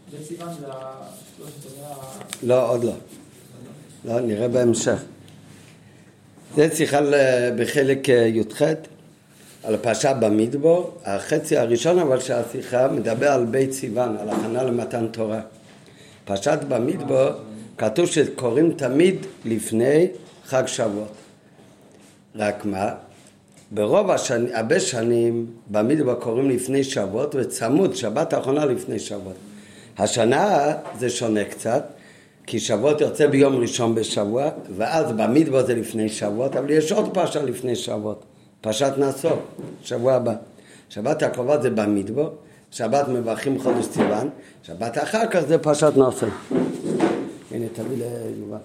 בסיוון זה לא, עוד לא. לא, נראה בהמשך. זה שיחה בחלק י"ח על הפרשה במדבר, החצי הראשון אבל שהשיחה מדבר על בית סיוון, על הכנה למתן תורה. פרשת במדבר כתוב שקוראים תמיד לפני חג שבועות. רק מה? ברוב השנים, הרבה שנים במדבר קוראים לפני שבועות וצמוד שבת האחרונה לפני שבועות. השנה זה שונה קצת, כי שבועות יוצא ביום ראשון בשבוע, ואז במדבר זה לפני שבועות, אבל יש עוד פרשה לפני שבועות, פרשת נשוא, שבוע הבא. שבת הקרובה זה במדבר, שבת מברכים חודש סיוון, שבת אחר כך זה פרשת נשוא. הנה תביא ליובל.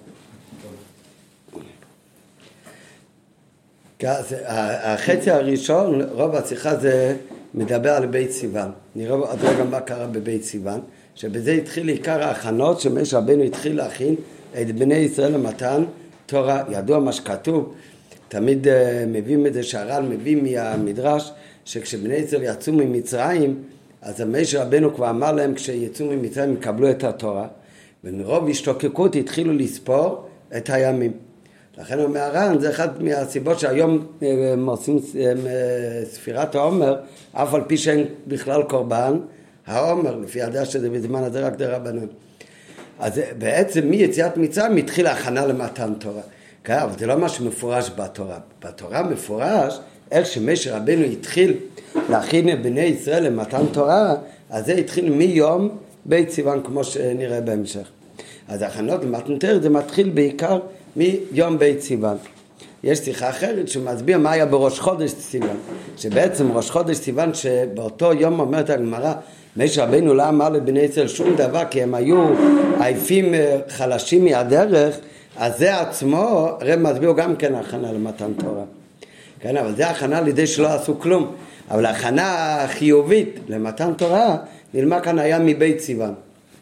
החצי הראשון, רוב השיחה זה מדבר על בית סיוון. נראה עוד רגע מה קרה בבית סיוון, שבזה התחיל עיקר ההכנות שמשה רבנו התחיל להכין את בני ישראל למתן תורה. ידוע מה שכתוב, תמיד מביאים את זה, שהר"ן מביא מהמדרש, שכשבני ישראל יצאו ממצרים, אז משה רבנו כבר אמר להם כשיצאו ממצרים יקבלו את התורה, ומרוב השתוקקות התחילו לספור את הימים. לכן אומר הר"ן, זה אחד מהסיבות שהיום עושים ספירת העומר, אף על פי שאין בכלל קורבן, העומר, לפי הדעה שזה בזמן הזה רק דרבנן. אז בעצם מיציאת מצרים התחיל ההכנה למתן תורה. כן, אבל זה לא מה שמפורש בתורה. בתורה מפורש, איך שמשה רבנו התחיל להכין את בני ישראל למתן תורה, אז זה התחיל מיום בית סיוון, כמו שנראה בהמשך. אז ההכנות למתן תורה זה מתחיל בעיקר מיום בית סיוון. יש שיחה אחרת שמסביר מה היה בראש חודש סיוון, שבעצם ראש חודש סיוון שבאותו יום אומרת הגמרא, משה רבנו לא אמר לבני ישראל שום דבר כי הם היו עייפים חלשים מהדרך, אז זה עצמו הרי מסביר גם כן הכנה למתן תורה. כן, אבל זה הכנה לידי שלא עשו כלום, אבל הכנה חיובית למתן תורה נלמד כאן היה מבית סיוון.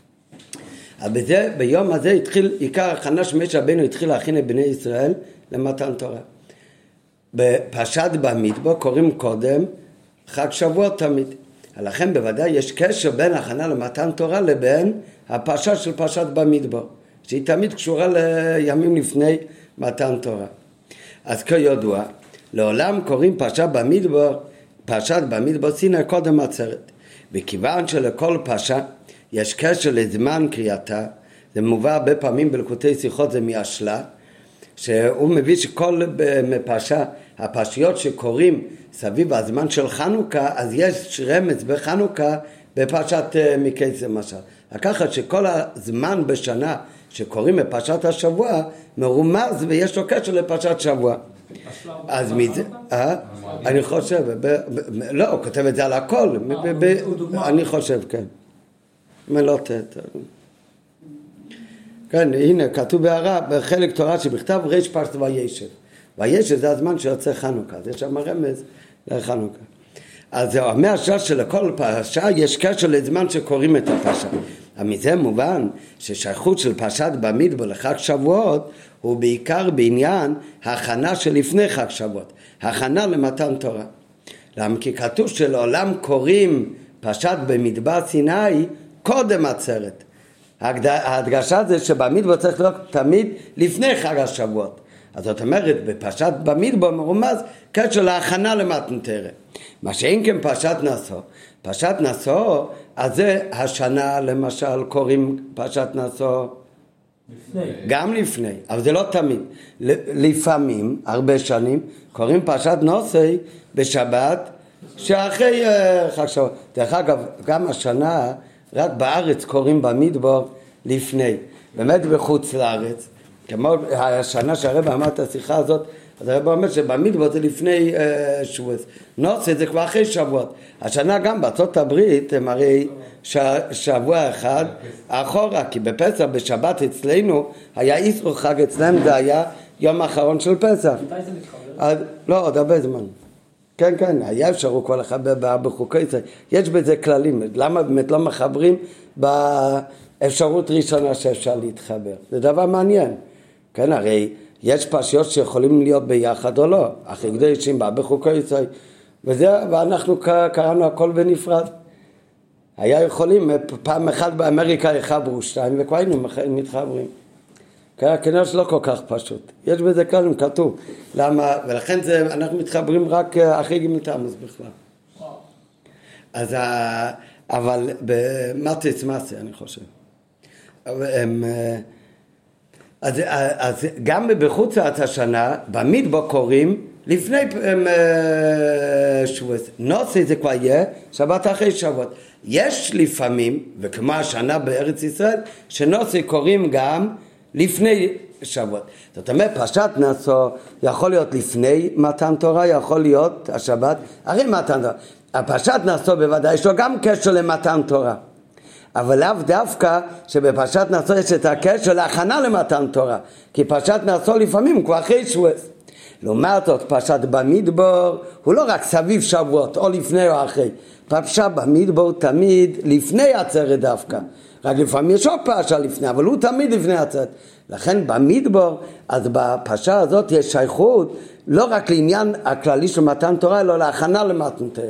אבל בזה, ביום הזה התחיל עיקר הכנה שמשה רבנו התחיל להכין את בני ישראל למתן תורה. בפרשת במדבר קוראים קודם חג שבועות תמיד. לכן בוודאי יש קשר בין הכנה למתן תורה לבין הפרשה של פרשת במדבר, שהיא תמיד קשורה לימים לפני מתן תורה. אז כידוע, לעולם קוראים פרשת במדבר סיני קודם עצרת. וכיוון שלכל פרשה יש קשר לזמן קריאתה, זה מובא הרבה פעמים בלקוטי שיחות, זה מהשלה, שהוא מביא שכל פרשה, הפרשיות שקוראים סביב הזמן של חנוכה, אז יש רמז בחנוכה בפרשת מקץ למשל. לקחת שכל הזמן בשנה שקוראים בפרשת השבוע מרומז ויש לו קשר לפרשת שבוע. אז מזה, אני חושב, לא, הוא כותב את זה על הכל, אני חושב, כן. מלוטת. כן, הנה, כתוב בהערה, בחלק תורה שבכתב ריש פרשת וישב. וישב זה הזמן שיוצא חנוכה, זה שם רמז לחנוכה. אז זה אומר שלכל פרשה יש קשר לזמן שקוראים את הפרשה. מזה מובן ששייכות של פרשת במדבר לחג שבועות הוא בעיקר בעניין הכנה שלפני חג שבועות, הכנה למתן תורה. למה? כי כתוב שלעולם קוראים פרשת במדבר סיני קודם עצרת. ההדגשה זה שבמדבר צריך להיות תמיד לפני חג השבועות. אז זאת אומרת, בפרשת במדבר מרומז קשר להכנה למתן תורה. מה שאין כן פרשת נשוא. פרשת נשוא, אז זה השנה למשל קוראים פרשת נשוא גם לפני, אבל זה לא תמיד. לפעמים, הרבה שנים, קוראים פרשת נשוא בשבת שאחרי חג שבועות. דרך אגב, גם השנה רק בארץ קוראים במדבר לפני. באמת בחוץ לארץ, כמו השנה שהרב אמר את השיחה הזאת, אז הרב אומר שבמדבר זה לפני שבועות. נושא זה כבר אחרי שבועות. השנה גם בארצות הברית הם הרי שבוע אחד אחורה, כי בפסח בשבת אצלנו היה איסור חג, אצלם זה היה יום האחרון של פסח. מתי זה מתחבר? לא, עוד הרבה זמן. כן, כן, היה אפשרות כל אחד בחוקי ישראל. יש בזה כללים. למה באמת לא מחברים באפשרות ראשונה שאפשר להתחבר? זה דבר מעניין. כן, הרי יש פרשיות שיכולים להיות ביחד או לא. אחרי קדושים בחוקי ישראל. ואנחנו קראנו הכל בנפרד. היה יכולים פעם אחת באמריקה יחברו שתיים וכבר היינו מתחברים. כנראה שלא כל כך פשוט. יש בזה כלום, כתוב. למה? ולכן אנחנו מתחברים רק אחרי ג' תמוז בכלל. אז אבל במטריץ מסה אני חושב. אז גם בחוץ לארץ השנה, במדבר קוראים לפני שבועות. נוסי זה כבר יהיה שבת אחרי שבועות. יש לפעמים, וכמו השנה בארץ ישראל, שנוסי קוראים גם לפני שבועות. זאת אומרת, פרשת נשוא יכול להיות לפני מתן תורה, יכול להיות השבת אחרי מתן תורה. הפרשת נשוא בוודאי יש לו גם קשר למתן תורה. אבל לאו דווקא שבפרשת נשוא יש את הקשר להכנה למתן תורה. כי פרשת נשוא לפעמים כבר אחרי שבועות. לעומת זאת, פרשת במדבר הוא לא רק סביב שבועות, או לפני או אחרי. פרשת במדבר תמיד לפני עצרת דווקא. רק לפעמים יש עוד פרשה לפני, אבל הוא תמיד לפני עצרת. לכן במדבר, אז בפרשה הזאת יש שייכות לא רק לעניין הכללי של מתן תורה, אלא להכנה למתן תורה.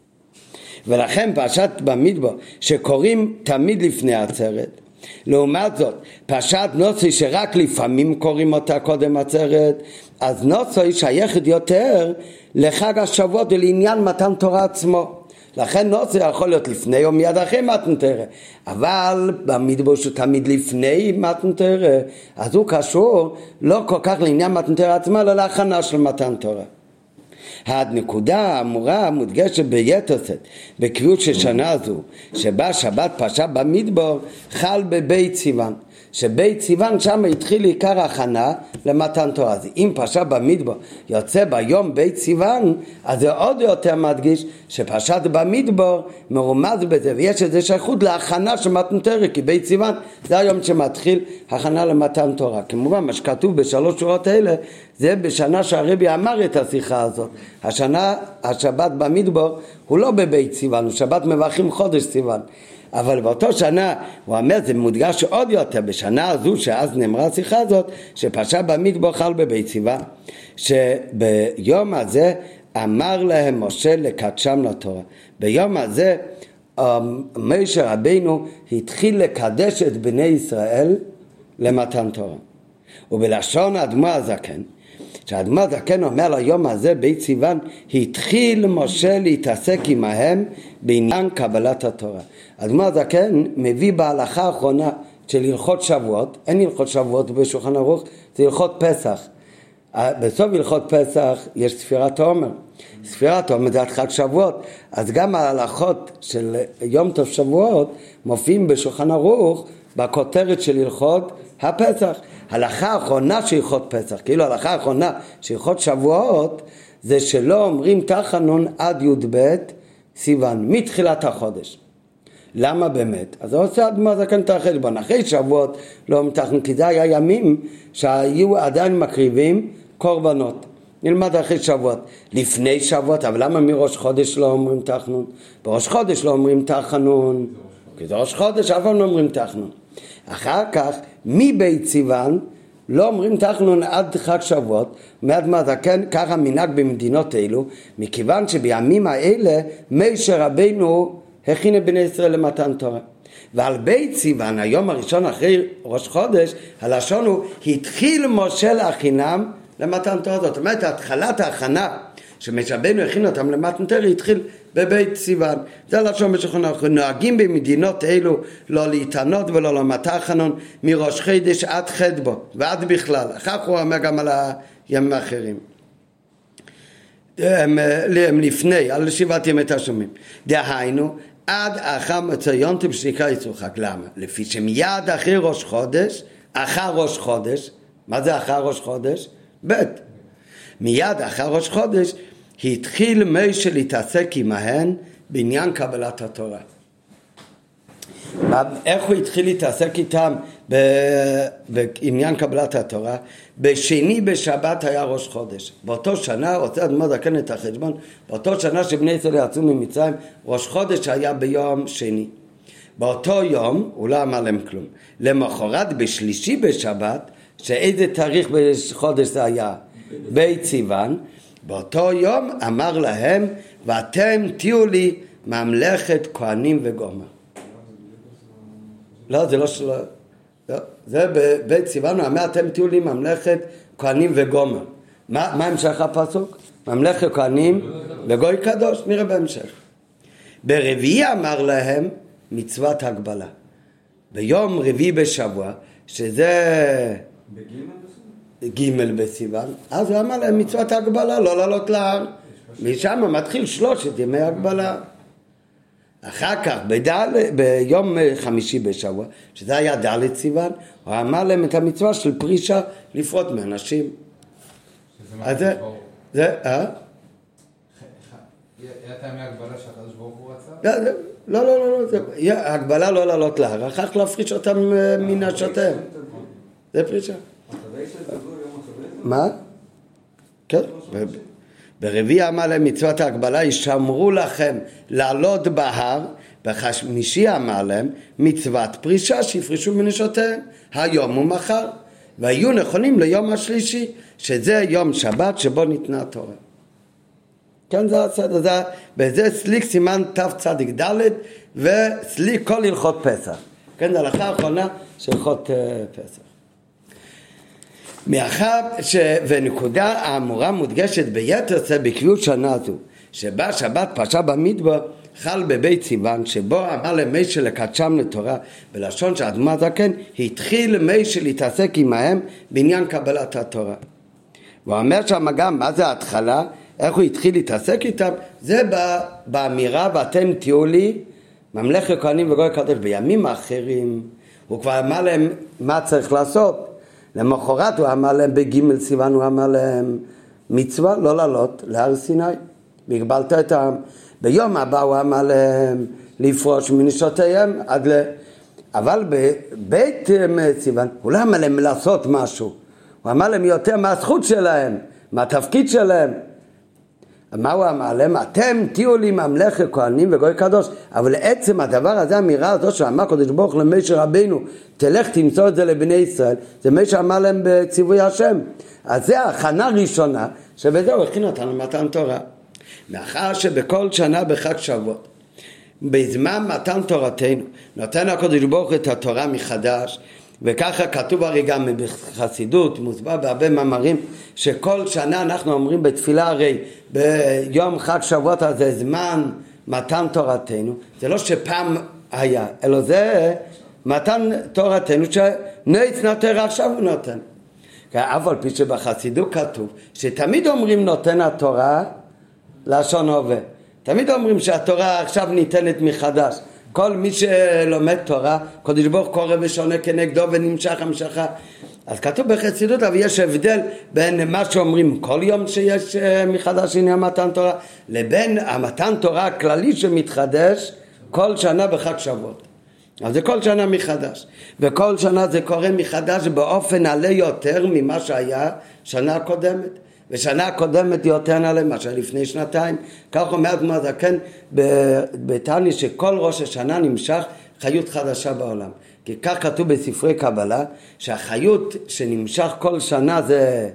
ולכן פרשת במדבר שקוראים תמיד לפני עצרת, לעומת זאת פרשת נוסי שרק לפעמים קוראים אותה קודם עצרת, אז נוסי שייכת יותר לחג השבועות ולעניין מתן תורה עצמו. לכן נוסי יכול להיות לפני או מיד אחרי מתן תורה, אבל במדבר שהוא תמיד לפני מתן תורה, אז הוא קשור לא כל כך לעניין מתן תורה עצמה, אלא להכנה של מתן תורה. הנקודה האמורה מודגשת ביתר שאת בקביעות של שנה זו, שבה שבת פרשה במדבר חל בבית סיוון, שבית סיוון שם התחיל עיקר ההכנה למתן תורה. אז אם פרשה במדבר יוצא ביום בית סיוון, אז זה עוד יותר מדגיש שפרשת במדבר מרומז בזה, ויש איזה שייכות להכנה של מתן תורה, כי בית סיוון זה היום שמתחיל הכנה למתן תורה. כמובן מה שכתוב בשלוש שורות האלה זה בשנה שהרבי אמר את השיחה הזאת. השנה השבת במדבר הוא לא בבית סיוון, הוא שבת מברכים חודש סיוון, אבל באותו שנה הוא אומר, זה מודגש עוד יותר בשנה הזו שאז נאמרה השיחה הזאת, שפרשה במדבר חל בבית סיוון, שביום הזה אמר להם משה לקדשם לתורה. ביום הזה משה רבינו התחיל לקדש את בני ישראל למתן תורה. ובלשון האדמו"ר הזקן, שהאדמו"ר הזקן אומר ליום הזה בית סיוון, התחיל משה להתעסק עמהם בעניין קבלת התורה. האדמו"ר הזקן מביא בהלכה האחרונה של הלכות שבועות, אין הלכות שבועות בשולחן ערוך, זה הלכות פסח. בסוף הלכות פסח יש ספירת העומר. ספירת העומר זה חג שבועות, אז גם ההלכות של יום טוב שבועות מופיעים בשולחן ערוך בכותרת של הלכות הפסח. הלכה האחרונה של הלכות פסח, כאילו ההלכה האחרונה של הלכות שבועות, זה שלא אומרים תחנון עד י"ב סיוון, מתחילת החודש. למה באמת? אז זה עושה האדמו"ר הזקן את החשבון. אחרי שבועות לא אומרים תחנון, כי זה היה ימים שהיו עדיין מקריבים קורבנות. נלמד אחרי שבועות. לפני שבועות, אבל למה מראש חודש לא אומרים תחנון? בראש חודש לא אומרים תחנון, כי זה ראש חודש, אבל לא אומרים תחנון. אחר כך, מבית סיוון, לא אומרים תחנון עד חג שבועות, מאדמו"ר הזקן, ככה מנהג במדינות אלו, מכיוון שבימים האלה, משה רבינו הכין את בני ישראל למתן תורה. ועל בית סיוון, היום הראשון אחרי ראש חודש, הלשון הוא, התחיל משה להכינם למתן תורה. זאת אומרת, התחלת ההכנה, שמשה רבינו הכין אותם למתן תורה, התחיל בבית סיוון. זה לשון בשולחן ערוך. נוהגים במדינות אלו לא להתענות ולא למתחנון מראש חודש עד חדבו ועד בכלל. אחר כך הוא אומר גם על הימים האחרים. הם לפני, על שבעת ימי תשלומים. דהיינו, עד אחר מצא יום טוב שנקרא יצור חג. למה? לפי שמיד אחרי ראש חודש, אחר ראש חודש, מה זה אחר ראש חודש? בית. מיד אחר ראש חודש, התחיל משה להתעסק עמהן בעניין קבלת התורה. איך הוא התחיל להתעסק איתם בעניין קבלת התורה? בשני בשבת היה ראש חודש. באותו שנה, רוצה אדמו"ר הזקן את החשבון, באותו שנה שבני ישראל יצאו ממצרים, ראש חודש היה ביום שני. באותו יום, הוא לא אמר להם כלום. למחרת בשלישי בשבת, שאיזה תאריך בחודש זה היה? בית סיוון. באותו יום אמר להם, ואתם תהיו לי ממלכת כהנים וגומר. לא, זה לא שלו. לא. זה בבית סיוון, אמר אתם תהיו לי ממלכת כהנים וגומר. מה המשך הפסוק? ממלכת כהנים וגוי קדוש, נראה בהמשך. ברביעי אמר להם מצוות הגבלה. ביום רביעי בשבוע, שזה ג' בסיוון, אז הוא אמר להם מצוות הגבלה, לא לעלות להר. משם מתחיל 3 ימי הגבלה. אחר כך, ביום חמישי בשבוע, שזה היה ד' סיוון, הוא אמר להם את המצווה של פרישה לפרוט מאנשים. אז זה, היה טעמי הגבלה שהקדוש ברוך הוא רצה? לא, הגבלה לא לעלות להר, אחר כך להפריש אותם מנשותיהם. זה פרישה. מה? כן. ברביעי אמר להם מצוות ההגבלה, ישמרו לכם לעלות בהר, בחמישי אמר להם מצוות פרישה שיפרישו מנשותיהם, היום ומחר, והיו נכונים ליום השלישי, שזה יום שבת שבו ניתנה התורה. כן, זה הסדר, בזה סליק סימן תצ"ד וסליק כל הלכות פסח. כן, זה הלכה האחרונה של הלכות פסח. מאחר ונקודה האמורה מודגשת ביתר שאת בקביעות שנה זו, שבה שבת פרשה במדבר חל בבית סיוון, שבו אמר למשה לקדשם לתורה, בלשון שהאדמו"ר הזקן התחיל משה להתעסק עמהם בעניין קבלת התורה. הוא אומר שם גם מה זה ההתחלה, איך הוא התחיל להתעסק איתם, זה באמירה ואתם תהיו לי ממלכת כהנים וגוי קדוש. בימים האחרים הוא כבר אמר להם מה צריך לעשות. למחרת הוא אמר להם בג' סיוון, הוא אמר להם מצווה לא לעלות להר סיני, והגבלת את העם. ביום הבא הוא אמר להם לפרוש מנשותיהם אבל בבית סיוון הוא לא אמר להם לעשות משהו, הוא אמר להם יותר מהזכות שלהם, מהתפקיד שלהם. מה הוא אמר להם? אתם תהיו לי ממלכת כהנים וגוי קדוש. אבל לעצם הדבר הזה, האמירה הזו שאמר קדוש ברוך הוא למשה רבינו, תלך תמצוא את זה לבני ישראל, זה מה שאמר להם בציווי השם. אז זה ההכנה ראשונה שבזה הוא הכין אותנו מתן תורה. מאחר שבכל שנה בחג שבועות, בזמן מתן תורתנו, נותן הקדוש ברוך הוא את התורה מחדש, וככה כתוב הרי גם בחסידות, מוסבר בהרבה מאמרים, שכל שנה אנחנו אומרים בתפילה, הרי ביום חג שבועות הזה זמן מתן תורתנו, זה לא שפעם היה, אלא זה מתן תורתנו שנץ נותן עכשיו הוא נותן. אף על פי שבחסידות כתוב שתמיד אומרים נותן התורה לשון הווה, תמיד אומרים שהתורה עכשיו ניתנת מחדש. כל מי שלומד תורה, קדוש ברוך הוא קורא ושונה כנגדו ונמשך המשכה. אז כתוב בחסידות, אבל יש הבדל בין מה שאומרים כל יום שיש מחדש עניין מתן תורה, לבין המתן תורה הכללי שמתחדש כל שנה בחג שבועות. אז זה כל שנה מחדש, וכל שנה זה קורה מחדש באופן עלה יותר ממה שהיה שנה הקודמת. ושנה הקודמת יותר נעלה מה שלפני שנתיים. כך אומר האדמו"ר הזקן בתניא שכל ראש השנה נמשך חיות חדשה בעולם. כי כך כתוב בספרי קבלה שהחיות שנמשך כל שנה זה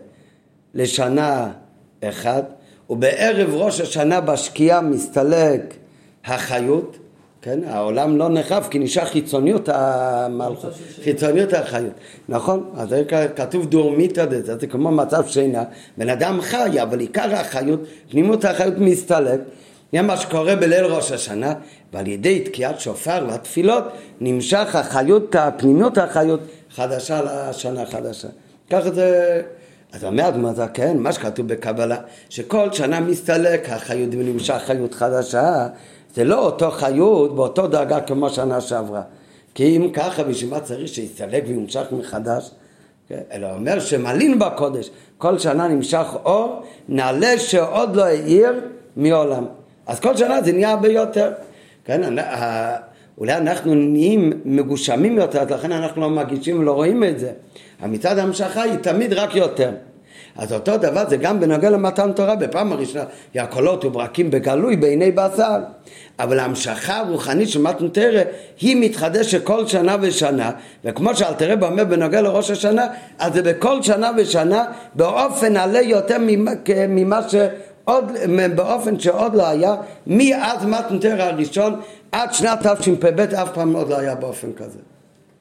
לשנה אחת, ובערב ראש השנה בשקיעה מסתלק החיות, כן? העולם לא נחרב כי נשאר חיצוניות המלכות, חיצוניות החיות, נכון? אז זה כתוב דורמית עד זה, זה כמו מצב שינה, בן אדם חי, אבל עיקר החיות, פנימות החיות מסתלק, זה מה שקורה בליל ראש השנה, ועל ידי תקיעת שופר והתפילות, נמשך החיות, הפנימיות החיות, חדשה לשנה חדשה. ככה זה, אז אומרת מה זה, כן, מה שכתוב בקבלה, שכל שנה מסתלק החיות ונמשך חיות חדשה, זה לא אותו חיות באותו דרגה כמו שנה שעברה. כי אם ככה, בשביל מה צריך שיסתלק וימשך מחדש? אלא אומר שמלין בקודש, כל שנה נמשך אור, נעלה שעוד לא העיר מעולם. אז כל שנה זה נהיה הרבה יותר. כן, אולי אנחנו נהיים מגושמים יותר, לכן אנחנו לא מגישים ולא רואים את זה. המצד המשכה היא תמיד רק יותר. אז אותו דבר זה גם בנוגע למתן תורה. בפעם הראשונה הקולות וברקים בגלוי בעיני בשר, אבל ההמשכה הרוחנית של מתן תורה היא מתחדשת כל שנה ושנה, וכמו שאלתר רבי אומר בנוגע לראש השנה, אז זה בכל שנה ושנה באופן עלה יותר ממה שעוד, באופן שעוד לא היה מאז מתן תורה הראשון עד שנת תשפ"ב, אף פעם עוד לא היה באופן כזה.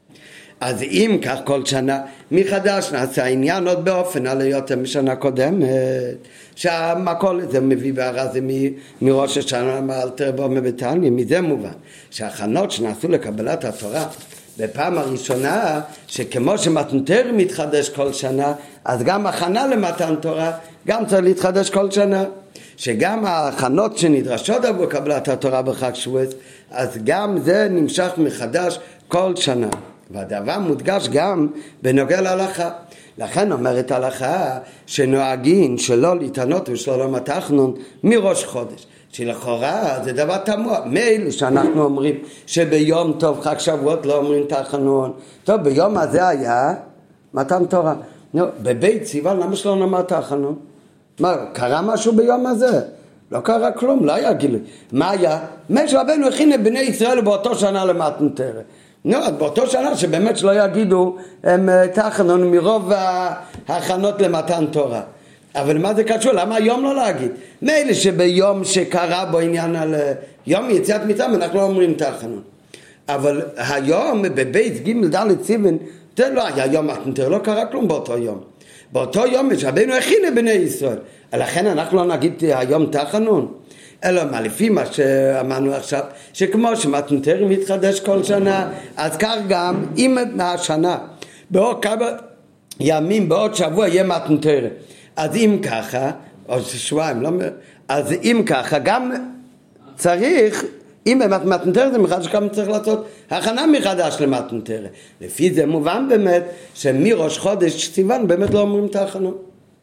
אז אם כך כל שנה מחדש נעשה העניין עוד באופן על יותר משנה קודמת, שהמקול זה מביא בהרה זה מראש השנה מאלתר בו מבטניה. מזה מובן שההכנות שנעשו לקבלת התורה בפעם הראשונה, שכמו שמתנתר מתחדש כל שנה, אז גם הכנה למתן תורה גם צריך להתחדש כל שנה, שגם ההכנות שנדרשות עבור קבלת התורה בחג שבועות, אז גם זה נמשך מחדש כל שנה. והדבר מודגש גם בנוגע להלכה. לכן אומרת ההלכה שנוהגים שלא להתענות ושלא מתחנון מראש חודש, שלכאורה זה דבר תמוה. מילא שאנחנו אומרים שביום טוב חג שבועות לא אומרים תחנון, טוב ביום הזה היה מתן תורה, בבית סיוון למה שלא נאמר תחנון? מה, קרה משהו ביום הזה? לא קרה כלום, לא היה גילוי. מה היה? משה רבנו הכין את בני ישראל באותו שנה למתן תורה. באותו שנה שבאמת שלא יגידו הם תחנון מרוב ההכנות למתן תורה. אבל מה זה קשור? למה היום לא להגיד? מילא שביום שקרה בו עניין על יום יציאת מצרים אנחנו לא אומרים תחנון. אבל היום בבית ג' ד' ציוון זה לא היה יום מתן תורה, לא קרה כלום באותו יום. באותו יום משה רבנו הכין את בני ישראל. לכן אנחנו לא נגיד היום תחנון. אלא מה, לפי מה שאמרנו עכשיו, שכמו שמתן תורה מתחדש כל שנה, אז כך גם אם השנה בעוד כמה ימים, בעוד שבוע יהיה מתן תורה. אז אם ככה, או שבועיים, לא, אז אם ככה גם צריך, אם באמת מתן תורה זה מחדש, גם צריך לעשות הכנה מחדש למתן תורה. לפי זה מובן באמת שמראש חודש סיוון באמת לא אומרים את ההכנות.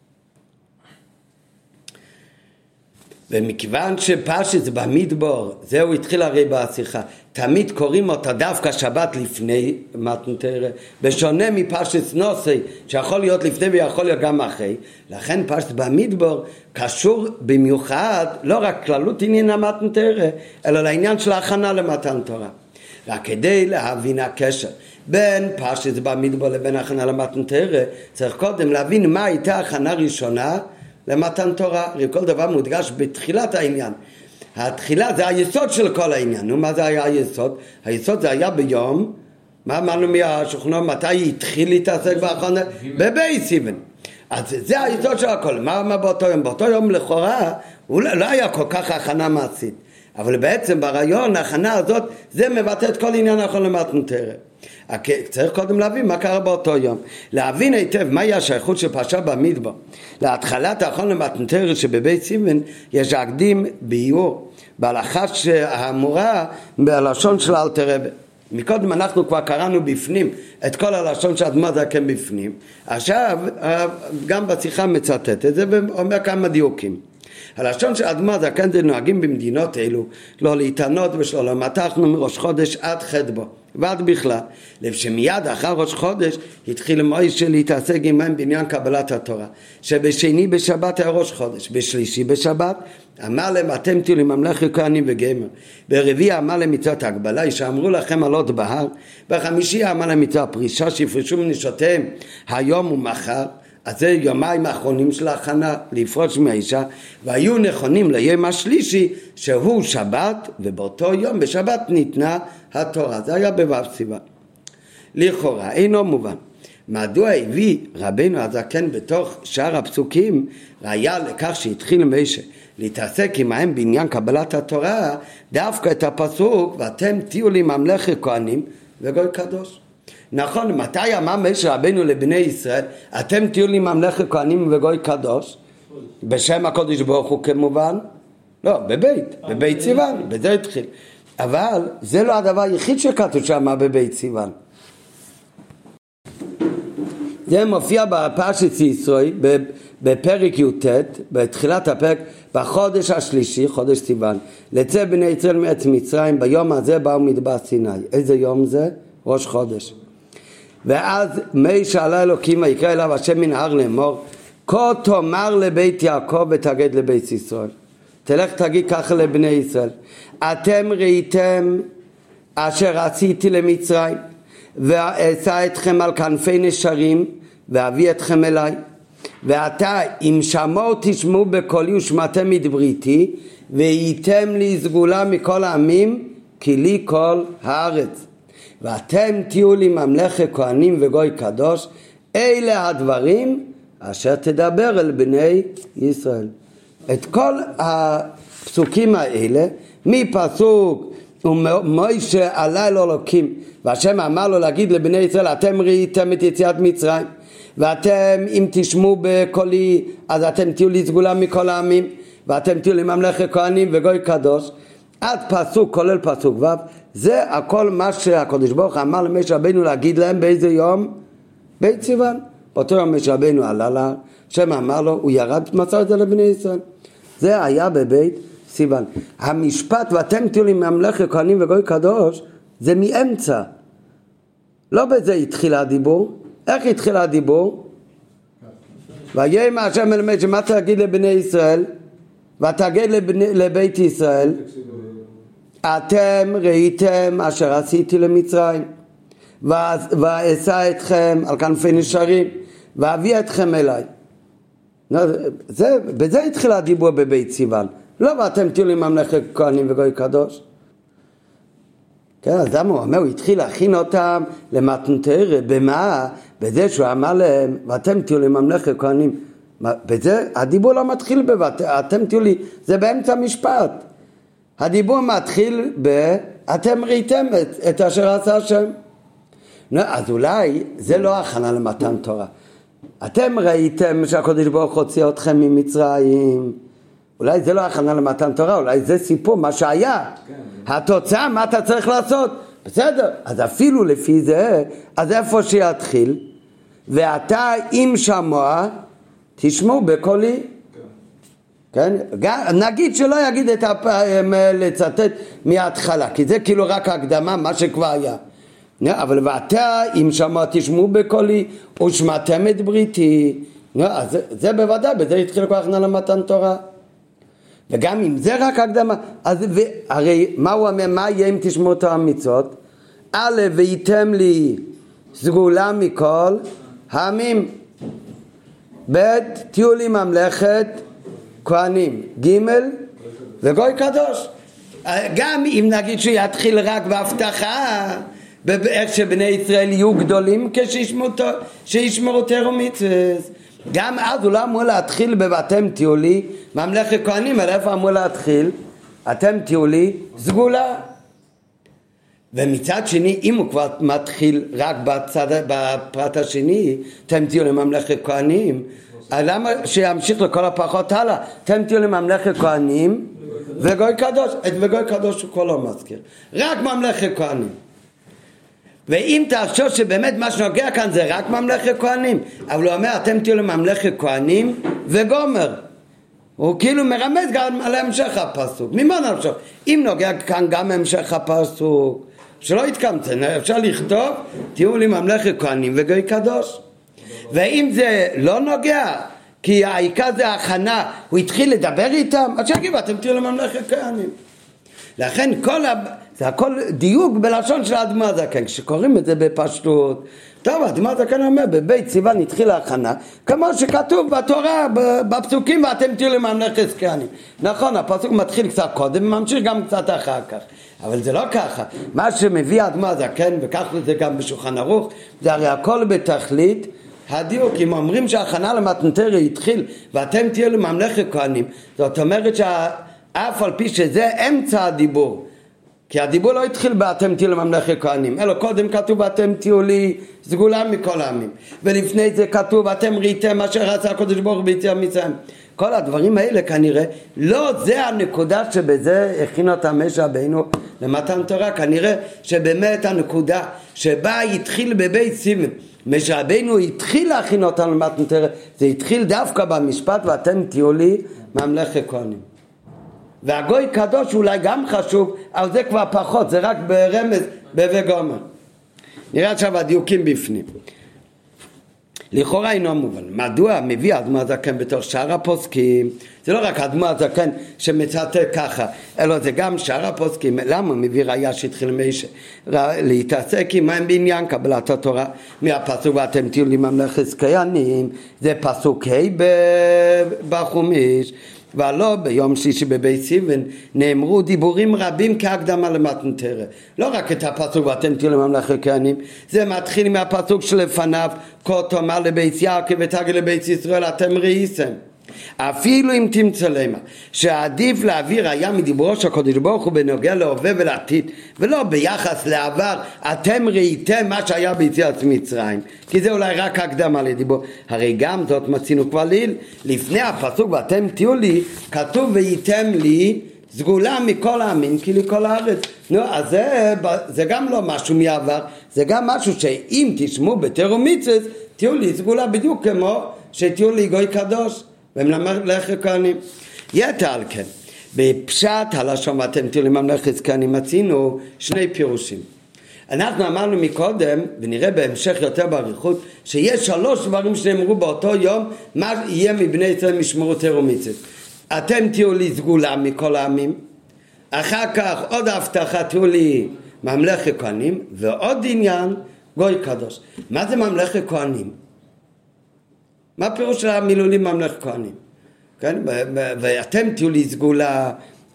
ומכיוון שפשט במדבר, זהו התחיל הרי בשיחה, תמיד קוראים אותה דווקא שבת לפני מתן תורה, בשונה מפשט נוסי, שיכול להיות לפני ויכול להיות גם אחרי. לכן פשט במדבר קשור במיוחד, לא רק כללות עניין המתן תורה, אלא לעניין של ההכנה למתן תורה. רק כדי להבין הקשר בין פשט במדבר לבין ההכנה למתן תורה, צריך קודם להבין מה הייתה ההכנה ראשונה למתן תורה. כל דבר מודגש בתחילת העניין. התחילה זה היסוד של כל העניין. מה זה היה היסוד? היסוד זה היה ביום, מה אמרנו מהשוכנו, מתי התחיל להתעסק בהכנה? בבית סיוון. אז זה היסוד של הכל. מה באותו יום? באותו יום לכאורה הוא לא היה כל כך הכנה מעשית, אבל בעצם ברעיון ההכנה הזאת זה מבטא את כל עניין האחרון למתן תורה. צריך קודם להבין מה קרה באותו יום, להבין היטב מהי השייכות של פרשה במדבר להתחלת האחרון למתן תורה שבבית סיוון. יש להקדים ביור בהלכה האמורה בלשון של אלתר רבי. מקודם אנחנו כבר קראנו בפנים את כל הלשון של אדמו"ר הזקן בפנים, עכשיו גם בשיחה מצטט את זה ואומר כמה דיוקים. הלשון של אדמו"ר הזקן זה נוהגים במדינות אלו לא להתענות ושלא מתחנו מראש חודש עד ח' בו ועד בכלל, שמיד אחר ראש חודש התחיל מוישה להתעסק עמהם בעניין קבלת התורה, שבשני בשבת היה ראש חודש, בשלישי בשבת אמר להם אתם תהיו לממלכת כהנים וגמר, ברביעי אמר להם מצוות ההגבלה שאמרו לכם עלות בהר, בחמישי אמר להם מצוות הפרישה שיפרשו מנשותיהם היום ומחר. אז זה יומיים האחרונים של ההכנה לפרוש מהאישה, והיו נכונים ליום השלישי שהוא שבת, ובאותו יום בשבת ניתנה התורה. זה היה בו' סיוון. לכאורה אינו מובן מדוע הביא רבנו הזקן בתוך שאר הפסוקים ראיה לכך שהתחיל משה להתעסק עמהם בעניין קבלת התורה דווקא את הפסוק ואתם תהיו לי ממלכת כהנים וגוי קדוש. נכון, מתי אמר משה רבנו לבני ישראל אתם תהיו לי ממלכת כהנים וגוי קדוש? בשם הקודש ברוך הוא כמובן? לא, בבית סיוון, בזה התחיל. אבל זה לא הדבר היחיד שכתוב שם בבית סיוון. זה מופיע בפרשת ישראל בפרק י"ט, בתחילת הפרק, בחודש השלישי, חודש סיוון, לצא בני ישראל מארץ מצרים, ביום הזה באו מדבר סיני. איזה יום זה? ראש חודש. ואז משה עלה אלוקים ויקרא אליו השם מן ההר לאמור כה תאמר לבית יעקב ותגיד לבית ישראל. תלך תגיד ככה לבני ישראל, אתם ראיתם אשר עשיתי למצרים ואשא אתכם על כנפי נשרים ואביא אתכם אליי, ועתה אם שמעו תשמעו בקולי ושמעתם את בריתי והייתם לי סגולה מכל העמים כי לי כל הארץ. ואתם תהיו לי ממלכת כהנים וגוי קדוש, אלה הדברים אשר תדבר אל בני ישראל. את כל הפסוקים האלה, מפסוק ומוישה עלה אל אלוקים, והשם אמר לו להגיד לבני ישראל, אתם ראיתם את יציאת מצרים, ואתם אם תשמעו בקולי אז אתם תהיו לי סגולה מכל העמים, ואתם תהיו לי ממלכת כהנים וגוי קדוש, עד פסוק כולל פסוק ו'. זה הכל מה שהקדוש ברוך אמר למשה רבנו להגיד להם באיזה יום? בית סיוון. באותו יום משה רבנו עלה לה, השם אמר לו, הוא ירד מסר את זה לבני ישראל. זה היה בבית סיוון. המשפט ואתם תהיו לי ממלכת כהנים וגוי קדוש זה מאמצע, לא בזה התחיל הדיבור. איך התחיל הדיבור? ויהי מהשם אל משה, מה תגיד לבני ישראל? ותגיד לבית ישראל, אתם ראיתם אשר עשיתי למצרים, ואשא אתכם על כנפי נשרים, ואביא אתכם אליי. בזה התחיל הדיבור בבית סיוון. לא ואתם תהיו לי ממלכת כהנים וגוי קדוש. כן, אז למה הוא אומר? הוא התחיל להכין אותם למתן תורה. במה? בזה שהוא אמר להם, ואתם תהיו לי ממלכת כהנים. בזה הדיבור לא מתחיל אתם תהיו לי, זה באמצע משפט. הדיבור מתחיל אתם ראיתם את אשר עשה השם. אז אולי זה לא הכנה למתן תורה. אתם ראיתם שהקדוש ברוך הוציא אתכם ממצרים. אולי זה לא הכנה למתן תורה, אולי זה סיפור מה שהיה. התוצאה, מה אתה צריך לעשות? בסדר, אז אפילו לפי זה, אז איפה שיתחיל? ואתה עם שמוע, תשמעו בקולי. כן? נגיד שלא יגיד לצטט מההתחלה, כי זה כאילו רק הקדמה, מה שכבר היה. אבל ואתה אם שמוע תשמעו בקולי ושמעתם את בריתי. אז זה בוודאי, בזה התחיל כל הכנה למתן תורה. וגם אם זה רק הקדמה, אז הרי מה הוא אומר? מה יהיה אם תשמעו את המצוות? א' וייתם לי סגולה מכל העמים, ב' תהיו לי ממלכת כהנים, ג' וגוי קדוש. גם אם נגיד שהוא יתחיל רק בהבטחה, איך שבני ישראל יהיו גדולים כשישמרו תורה ומצוות, גם אז הוא לא אמור להתחיל ב"אתם תהיו לי ממלכת כהנים", אלא איפה אמור להתחיל? אתם תהיו לי סגולה. ומצד שני, אם הוא כבר מתחיל רק בפרט השני, אתם תהיו לי ממלכת כהנים, אז למה שימשיך לכל הפחות הלאה? אתם תהיו לי ממלכת כהנים וגוי קדוש. את וגוי קדוש הוא כבר לא מזכיר, רק ממלכת כהנים. ואם תחשוב שבאמת מה שנוגע כאן זה רק ממלכת כהנים, אבל הוא אומר אתם תהיו לממלכת כהנים וגומר. הוא כאילו מרמז גם על המשך הפסוק. ממה נמשוך? אם נוגע כאן גם המשך הפסוק, שלא יתקמצן, אפשר לכתוב תהיו לי ממלכת כהנים וגוי קדוש. ואם זה לא נוגע, כי העיקר זה ההכנה, הוא התחיל לדבר איתם, אז שיגידו אתם תהיו לממלכת כהנים. לכן זה הכל דיוק בלשון של האדמו"ר הזקן. כשקוראים את זה בפשטות, טוב, האדמו"ר הזקן אומר בבית סיוון התחילה ההכנה כמו שכתוב בתורה בפסוקים ואתם תהיו לממלכת כהנים. נכון, הפסוק מתחיל קצת קודם וממשיך גם קצת אחר כך, אבל זה לא ככה. מה שמביא האדמו"ר הזקן, וכך זה גם בשולחן ערוך, זה הרי הכל בתכלית הדיוק. אם אומרים שההכנה למתן תורה התחיל ואתם תהיו לממלכת כהנים, זאת אומרת שאף על פי שזה אמצע הדיבור, כי הדיבור לא התחיל באתם תהיו לממלכת כהנים, אלא קודם כתוב אתם תהיו לי סגולה מכל העמים, ולפני זה כתוב אתם ראיתם אשר עשה הקדוש ברוך הוא ביציאת מצרים. כל הדברים האלה כנראה לא זה הנקודה שבזה הכין אותם משה רבנו למתן תורה. כנראה שבאמת הנקודה שבה התחיל בבית סיוון, משה רבנו התחיל להכין אותם למתן תורה, זה התחיל דווקא במשפט ואתם תהיו לי ממלכת כהנים. והגוי קדוש אולי גם חשוב, אבל זה כבר פחות, זה רק ברמז וגומר. נראה עכשיו הדיוקים בפנים. לכאורה אינו מובן. מדוע מביא האדמו"ר הזקן בתור שאר הפוסקים? זה לא רק האדמו"ר הזקן שמצטט ככה, אלא זה גם שאר הפוסקים. למה מביא ראיה שהתחיל משה להתעסק עמהם בעניין קבלת התורה? מהפסוק ואתם תהיו לי ממלכת כהנים, זה פסוק ה' בחומש. ולא ביום שישי בבית סיוון נאמרו דיבורים רבים כהקדמה למתן תורה. לא רק את הפסוק ואתם תהיו לממלכת כהנים, זה מתחיל מהפסוק שלפניו, כה תאמר לבית יעקב ותגיד לבית ישראל אתם ראיתם. אפילו אם תמצא למה שעדיף להעביר היה מדיבורו של הקדוש ברוך הוא בנוגע להווה ולעתיד, ולא ביחס לעבר אתם ראיתם מה שהיה ביציאת מצרים, כי זה אולי רק הקדמה לדיבור. הרי גם זאת מצינו כבר ליל לפני הפסוק ואתם תהיו לי, כתוב וייתם לי סגולה מכל העמים כי לכל הארץ. אז זה גם לא משהו מעבר, זה גם משהו שאם תשמעו בתורה ומצוות תהיו לי סגולה, בדיוק כמו שתהיו לי גוי קדוש וממלכת כהנים. יתר על כן בפשט הלשון ואתם תהיו לממלכת כהנים מצינו שני פירושים. אנחנו אמרנו מקודם ונראה בהמשך יותר באריכות שיש 3 דברים שנאמרו באותו יום מה יהיה מבני ישראל משמרו תורה ומצוות. אתם תהיו לי סגולה מכל העמים, אחר כך עוד הבטחה תהיו לי ממלכת כהנים, ועוד עניין גוי קדוש. מה זה ממלכת כהנים? מה הפירוש של המילולים ממלכת כהנים? כן? ואתם תהיו לי סגולה,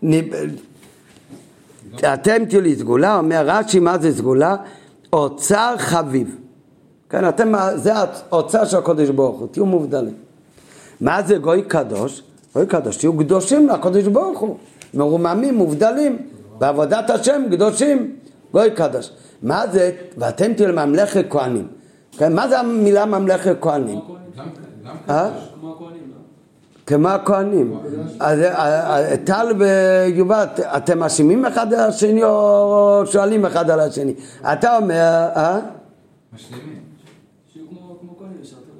אתם תהיו לי סגולה, אומר רש"י מה זה סגולה? אוצר חביב. כן, אתם, זה האוצר של הקדוש ברוך הוא, תהיו מובדלים. מה זה גוי קדוש? גוי קדוש, תהיו קדושים לקדוש ברוך הוא, מרוממים, מובדלים, בעבודת השם קדושים, גוי קדוש. מה זה? ואתם תהיו לממלכת כהנים. כן, מה זה המילה ממלכת כהנים? כמו הכהנים. אז טל ויובל, אתם מאשימים אחד על השני או שואלים אחד על השני? אתה אומר, משלימים. שיהיו כמו כהנים.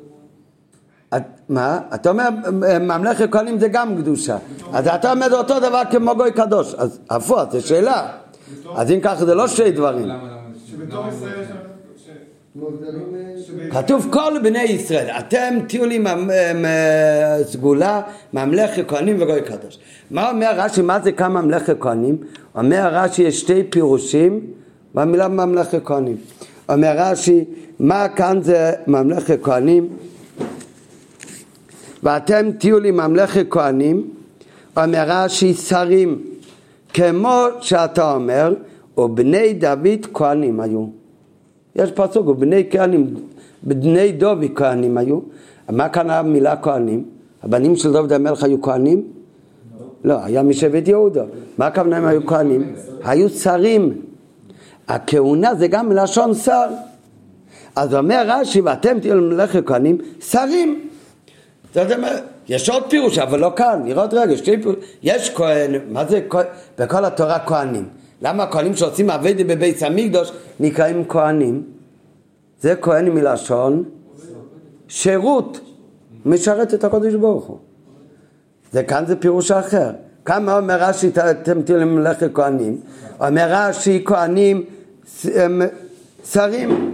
מה? אתה אומר ממלכת כהנים זה גם קדושה, אז אתה אומר זה אותו דבר כמו גוי קדוש, אז הפוך, זו שאלה. אז אם ככה זה לא שני דברים. שבתור ישראל כתוב כל בני ישראל, אתם תהיו לי סגולה, ממלכת כהנים וגוי קדוש. מה אומר רש"י, מה זה כאן ממלכת כהנים? אומר רש"י יש 2 פירושים במילה ממלכת כהנים. אומר רש"י, מה כאן זה ממלכת כהנים? ואתם תהיו לי ממלכת כהנים, אומר רש"י שרים, כמו שאתה אומר, ובני דוד כהנים היו. יש פסוק, ובני כהנים, בני דוד כהנים היו. מה כאן המילה כהנים? הבנים של דוד המלך היו כהנים? לא, היה משבט יהודה. מה הכוונה הם היו כהנים? היו שרים. הכהונה זה גם מלשון שר. אז אומר רש"י, ואתם תהיו לממלכת כהנים, שרים. זאת אומרת, יש עוד פירוש, אבל לא כאן. לראות רגע, 2 פירוש. יש כהן, מה זה כהן? בכל התורה כהנים. למה הכהנים שעושים עבודה בבית המקדש נקראים כהנים? זה כהן מלשון שירות, משרת את הקדוש ברוך הוא. זה כאן זה פירוש אחר. כאן אומר רש"י אתם תהיו לממלכת כהנים, אומר רש"י כהנים שרים.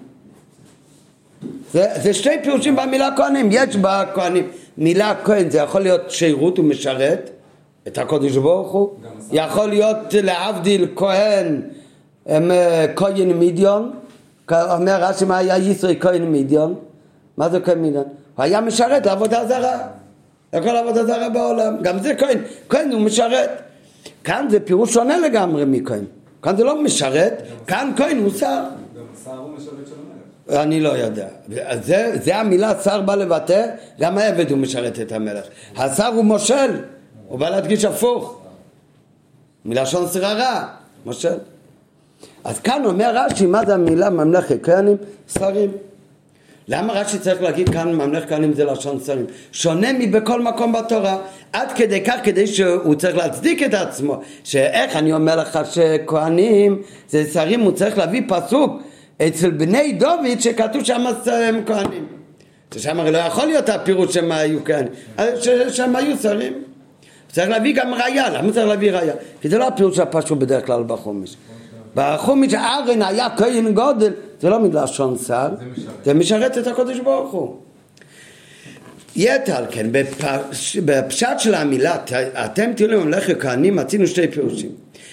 זה 2 פירושים במילה כהנים. יש בה כהנים, מילה כהן זה יכול להיות שירות ומשרת את הקדוש ברוך הוא, יכול להיות להבדיל כהן כהן מידיון. אומר רש"י מה היה ישראל כהן מידיון? מה זה כהן מידיון? הוא היה משרת לעבודה זרה, לכל עבודה זרה בעולם. גם זה כהן, כהן הוא משרת. כאן זה פירוש שונה לגמרי מכהן. כאן זה לא משרת, כאן כהן הוא שר. גם שר הוא משרת של המלך. אני לא יודע. זה המילה שר בא לבטא, גם העבד הוא משרת את המלך. השר הוא מושל, הוא בא להדגיש הפוך. מלשון שררה, מושל. אז כאן אומר רש"י, מה זה המילה ממלכת כהנים? שרים. למה רש"י צריך להגיד כאן ממלכת כהנים זה לשון שרים? שונה מבכל מקום בתורה, עד כדי כך כדי שהוא צריך להצדיק את עצמו, שאיך אני אומר לך שכהנים זה שרים, הוא צריך להביא פסוק אצל בני דוד שכתוב שם הם כהנים. ששם הרי לא יכול להיות הפירוש שהם היו כהנים, שהם היו שרים. צריך להביא גם ראיה. למה צריך להביא ראיה? כי זה לא הפירוש הפשוט בדרך כלל בחומש. בחומש אהרן היה כהן גודל, זה לא מלשון שר, זה משרת את הקדוש ברוך הוא. יתר על כן, בפשט של המילה אתם תהיו לממלכת כהנים מצינו 2 פירושים.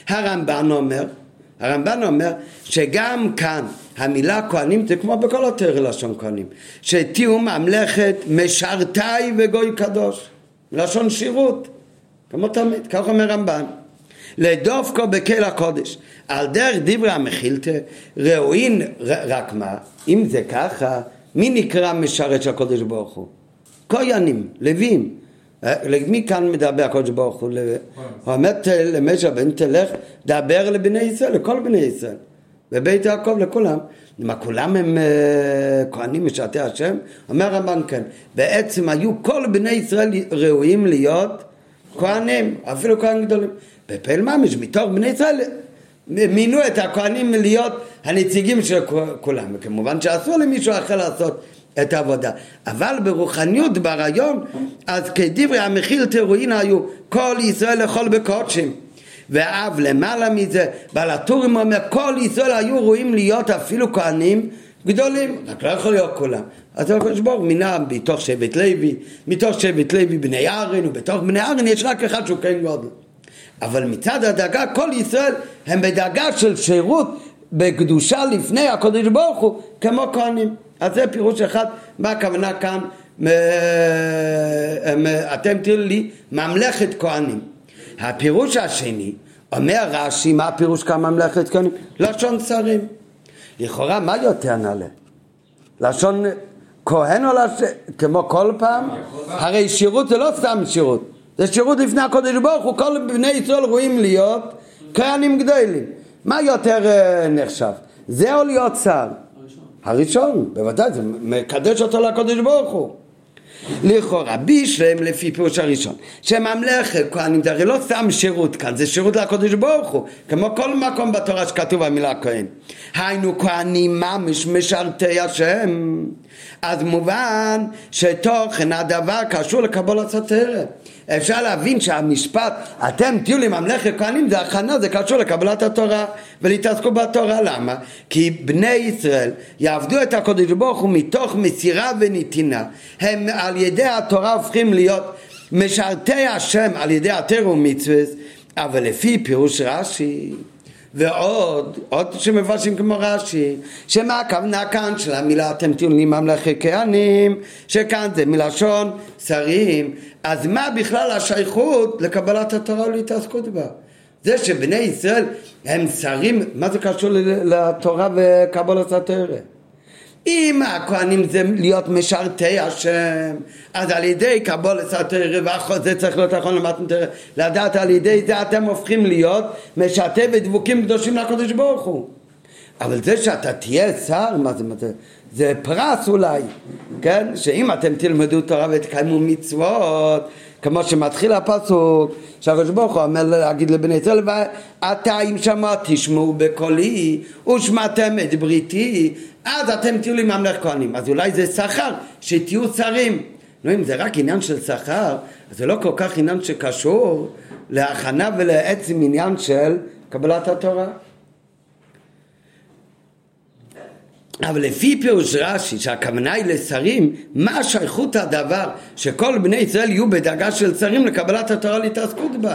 הרמב"ן אומר שגם כאן המילה כהנים זה כמו בכל התורה לשון כהנים, שתהיו ממלכת משרתי וגוי קדוש, לשון שירות. כמו תמיד, כך אומר רמב"ן. לדווקא בקהל הקודש, על דרך דברי המחילתא, ראוין רק מה, אם זה ככה, מי נקרא משרת של הקודש ברוך הוא? כהנים, לוויים. למי כאן מדבר הקודש ברוך הוא? הוא אומר למשה בן תלך, דבר לבני ישראל, לכל בני ישראל. בבית יעקב לכולם. מה כולם הם כהנים משרתי השם? אומר רמב"ן כן. בעצם היו כל בני ישראל ראויים להיות כהנים, אפילו כהנים גדולים. בפעיל ממש, מתוך בני ישראל מינו את הכהנים להיות הנציגים של כולם. וכמובן שאסור למישהו אחר לעשות את העבודה. אבל ברוחניות, ברעיון, אז כדברי המחילתא ראוין היו כל ישראל לכל בקודשים. ואף למעלה מזה, בעל הטורים אומר, כל ישראל היו ראויים להיות אפילו כהנים גדולים, רק לא יכול להיות כולם. אז הקדוש ברוך הוא מינה בתוך שבט לוי, מתוך שבט לוי בני אהרון, ובתוך בני אהרון יש רק אחד שהוא כהן גדול. אבל מצד הדאגה, כל ישראל הם בדאגה של שירות בקדושה לפני הקדוש ברוך הוא, כמו כהנים. אז זה פירוש אחד, מה הכוונה כאן, אתם תראו לי, ממלכת כהנים. הפירוש השני, אומר רש"י, מה הפירוש כאן ממלכת כהנים? לשון שרים. לכאורה, מה יותר נעלה? לשון כהן או כמו כל פעם? הרי שירות זה לא סתם שירות, זה שירות לפני הקדוש ברוך הוא, כל בני ישראל רואים להיות כהנים גדולים. מה יותר נחשב? זה או להיות שר? הראשון, בוודאי, זה מקדש אותו לקדוש ברוך הוא. לכאורה, בישלם לפי פירוש הראשון, שממלכת כהנים זה הרי לא סתם שירות כאן, זה שירות לקדוש ברוך הוא, כמו כל מקום בתורה שכתוב המילה כהן. היינו כהנים ממש משרתי השם. אז מובן שתוכן הדבר קשור לקבלת התורה. אפשר להבין שהמשפט אתם תהיו לי ממלכת כהנים זה הכנה, זה קשור לקבלת התורה ולהתעסקו בתורה. למה? כי בני ישראל יעבדו את הקדוש ברוך הוא מתוך מסירה ונתינה, הם על ידי התורה הופכים להיות משרתי השם על ידי התורה ומצוות. אבל לפי פירוש רש"י ועוד שמפרשים כמו רש"י, שמה הכוונה כאן של המילה אתם תהיו לי ממלכת כהנים, שכאן זה מלשון שרים. אז מה בכלל השייכות לקבלת התורה ולהתעסקות בה? זה שבני ישראל הם שרים, מה זה קשור לתורה וקבלת התורה? אם הכהנים זה להיות משרתי השם, אז על ידי קבלת התורה, זה צריך להיות נכון למתן תורה, לדעת על ידי זה אתם הופכים להיות משרתי ודבוקים קדושים לקדוש ברוך הוא. אבל זה שאתה תהיה שר, מה זה? זה פרס אולי, כן? שאם אתם תלמדו תורה ותקיימו מצוות, כמו שמתחיל הפסוק, שהקדוש ברוך הוא אומר להגיד לבני ישראל, ואתה אם שמע תשמעו בקולי ושמעתם את בריתי, אז אתם תהיו לי ממלכת כהנים. אז אולי זה שכר, שתהיו שרים. לא, אם זה רק עניין של שכר, אז זה לא כל כך עניין שקשור להכנה ולעצם עניין של קבלת התורה. אבל לפי פירוש רש"י שהכוונה היא לשרים, מה שייכות הדבר שכל בני ישראל יהיו בדרגה של שרים לקבלת התורה להתעסקות בה?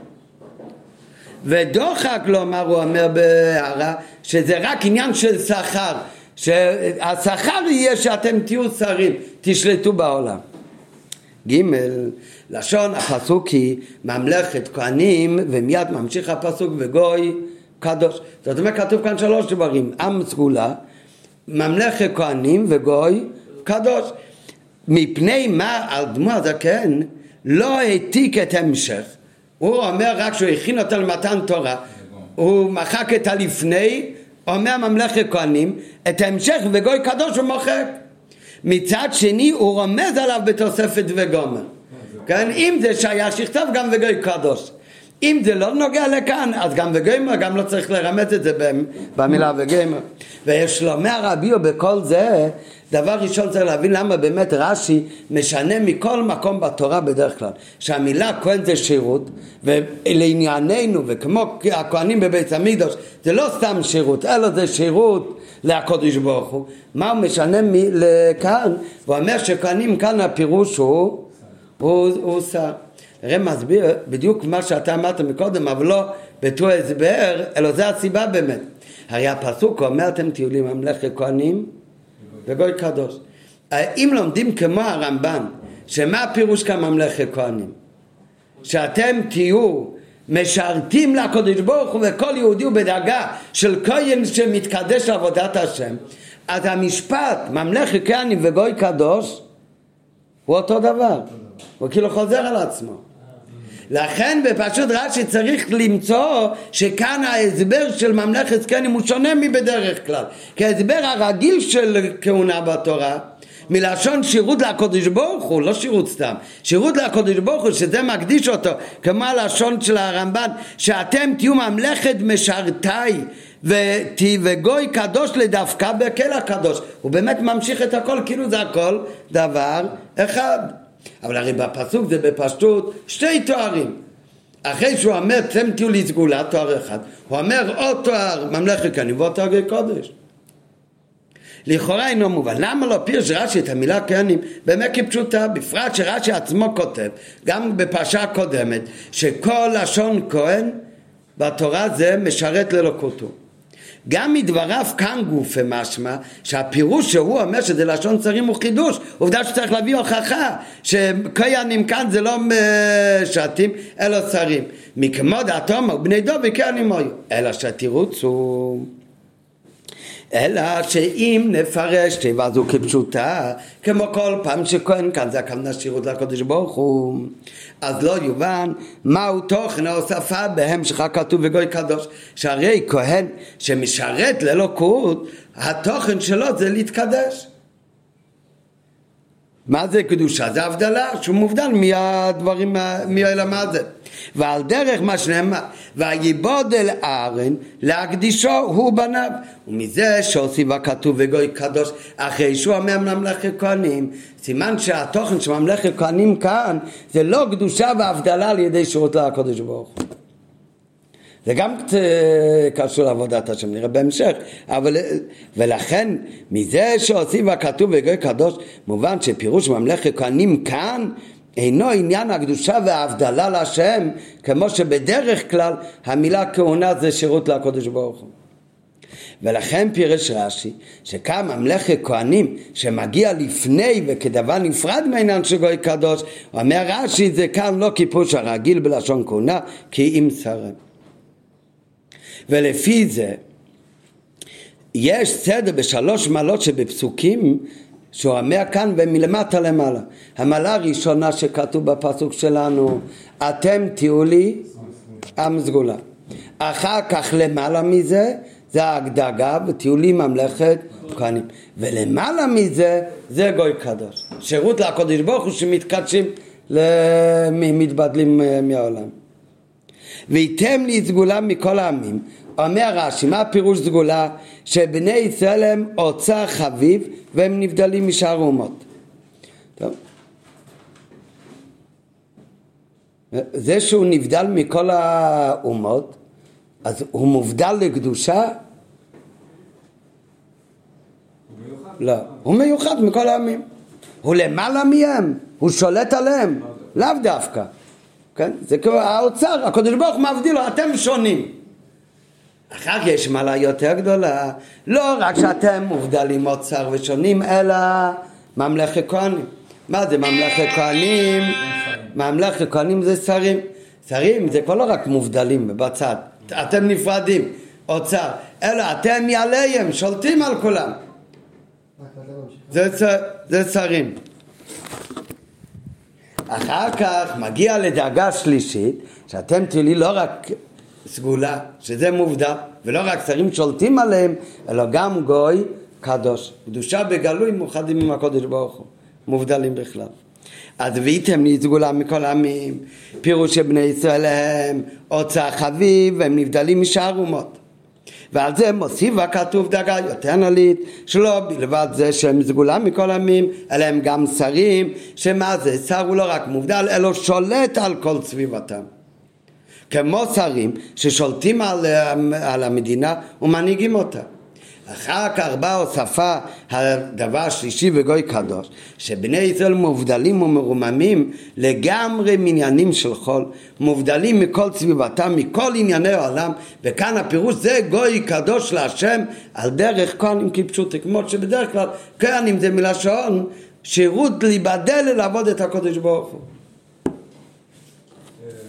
ודוחק לומר, הוא אומר בהערה, שזה רק עניין של שכר, שהשכר יהיה שאתם תהיו שרים, תשלטו בעולם. ג' לשון הפסוק היא ממלכת כהנים, ומיד ממשיך הפסוק וגוי קדוש. זאת אומרת כתוב כאן 3 דברים, עם סגולה, ממלכת כהנים וגוי קדוש. מפני מה אדמו הזקן לא העתיק את המשך, הוא אומר רק שהוא הכין אותו למתן תורה, הוא מחק את הלפני, אומר ממלכת כהנים, את ההמשך וגוי קדוש הוא מוחק. מצד שני הוא רומז עליו בתוספת וגומר, כן? אם זה שייך שכתב גם וגוי קדוש, אם זה לא נוגע לכאן, אז גם וגמר, גם לא צריך לרמז את זה במילה וגמר. ויש לו מהרבי ובכל זה, דבר ראשון צריך להבין למה באמת רש"י משנה מכל מקום בתורה בדרך כלל. שהמילה כהן זה שירות, ולענייננו, וכמו הכהנים בבית המקדש, זה לא סתם שירות, אלא זה שירות לקדוש ברוך הוא. מה הוא משנה לכאן? הוא אומר שכהנים כאן הפירוש הוא שר. הרי מסביר בדיוק מה שאתה אמרת מקודם, אבל לא בתור הסבר, אלא זה הסיבה באמת. הרי הפסוק אומר, אתם תהיו לי ממלכת כהנים וגוי קדוש. אם לומדים כמו הרמב"ן, שמה הפירוש כאן ממלכת כהנים? שאתם תהיו משרתים לקדוש ברוך הוא, וכל יהודי הוא בדרגה של כהן שמתקדש לעבודת השם, אז המשפט ממלכת כהנים וגוי קדוש הוא אותו דבר, הוא כאילו חוזר על עצמו. לכן בפשוט רש"י צריך למצוא שכאן ההסבר של ממלכת כהנים הוא שונה מבדרך כלל, כי ההסבר הרגיל של כהונה בתורה מלשון שירות לקדוש ברוך הוא, לא שירות סתם, שירות לקדוש ברוך הוא, שזה מקדיש אותו, כמו הלשון של הרמב"ן, שאתם תהיו ממלכת משרתי וגוי קדוש לדווקא בכל הקדוש. הוא באמת ממשיך את הכל, כאילו זה הכל דבר אחד. אבל הרי בפסוק זה בפשטות שתי תוארים. אחרי שהוא אומר אתם תהיו לסגולה, תואר אחד, הוא אומר עוד תואר ממלכת כהנים ועוד תואר גוי קודש. לכאורה אינו מובן. למה לא פירש רש"י את המילה כהנים באמת כפשוטה, בפרט שרש"י עצמו כותב גם בפרשה הקודמת שכל לשון כהן בתורה זה משרת לאלוקותו. גם מדבריו כאן גוף משמע שהפירוש שהוא אומר שזה לשון שרים הוא חידוש. עובדה שצריך להביא הוכחה שכהנים כאן זה לא משרתים אלא שרים, מכמו דעתם ובני דוד וכהנים היו, אלא שהתירוץ הוא אלא שאם נפרש תיבה זו כפשוטה, כמו כל פעם שכהן כאן זה הכוונה שירות לקדוש ברוך הוא, אז לא יובן מהו תוכן ההוספה בהמשך הכתוב וגוי קדוש. שהרי כהן שמשרת לאלוקות, התוכן שלו זה להתקדש. מה זה קדושה? זה הבדלה שהוא מובדל מהדברים, מהעלמה הזה. ועל דרך מה שנאמר ויבודל אהרון להקדישו הוא בניו, ומזה שהוסיף הכתוב וגוי קדוש אחרי שהוא אומר ממלכת כהנים, סימן שהתוכן של ממלכת כהנים כאן זה לא קדושה והבדלה על ידי שירות לקדוש ברוך הוא. זה גם קשור לעבודת השם, נראה בהמשך, אבל ולכן מזה שהוסיף הכתוב וגוי קדוש מובן שפירוש ממלכת כהנים כאן אינו עניין הקדושה וההבדלה להשם, כמו שבדרך כלל המילה כהונה זה שירות לקדוש ברוך הוא. ולכן פירש רש"י שכאן ממלכת כהנים שמגיע לפני וכדבר נפרד מהעניין של גוי קדוש, אומר רש"י זה כאן לא כיפוש הרגיל בלשון כהונה כי אם שרים. ולפי זה יש סדר בשלוש מעלות שבפסוקים שהוא אומר כאן ומלמטה למעלה. המעלה הראשונה שכתוב בפסוק שלנו אתם תהיו לי עם סגולה, אחר כך למעלה מזה זה ההקדשה ותהיו לי ממלכת כהנים, ולמעלה מזה זה גוי קדוש, שירות לקדוש ברוך הוא שמתקדשים מתבדלים מהעולם. וייתם לי סגולה מכל העמים. אומר רש"י, מה פירוש סגולה? שבני ישראל הם אוצר חביב והם נבדלים משאר אומות. טוב. זה שהוא נבדל מכל האומות, אז הוא מובדל לקדושה? לא, הוא מיוחד מכל העמים. הוא למעלה מהם, הוא שולט עליהם, לאו דווקא. כן? זה כאילו האוצר, הקדוש ברוך הוא מבדיל לו, אתם שונים. אחר כך יש מעלה יותר גדולה, לא רק שאתם מובדלים אוצר ושונים, אלא ממלכת כהנים. מה זה ממלכת כהנים? ממלכת כהנים זה שרים. שרים זה כבר לא רק מובדלים בצד, אתם נפרדים, אוצר, אלא אתם מעליהם, שולטים על כולם. זה שרים. אחר כך מגיע לדרגה שלישית, שאתם תהיו לא רק סגולה, שזה מובדל, ולא רק שרים שולטים עליהם, אלא גם גוי קדוש. קדושה בגלוי מאוחדים עם הקדוש ברוך הוא, מובדלים בכלל. אז והייתם לי סגולה מכל העמים, פירוש שבני ישראל הם אוצר חביב, והם נבדלים משאר אומות. ועל זה מוסיף הכתוב דרגה יותר נעלית, שלא בלבד זה שהם סגולה מכל העמים, אלא הם גם שרים, שמה זה? שר הוא לא רק מובדל, אלא שולט על כל סביבתם. כמו שרים ששולטים על המדינה ומנהיגים אותה. אחר כך באה הוספה הדבר השלישי וגוי קדוש, שבני ישראל מובדלים ומרוממים לגמרי מעניינים של חול, מובדלים מכל סביבתם, מכל ענייני העולם, וכאן הפירוש זה גוי קדוש להשם על דרך כהנים כפשוטו, כמו שבדרך כלל כהנים זה מלשון שירות להיבדל לעבוד את הקדוש ברוך הוא.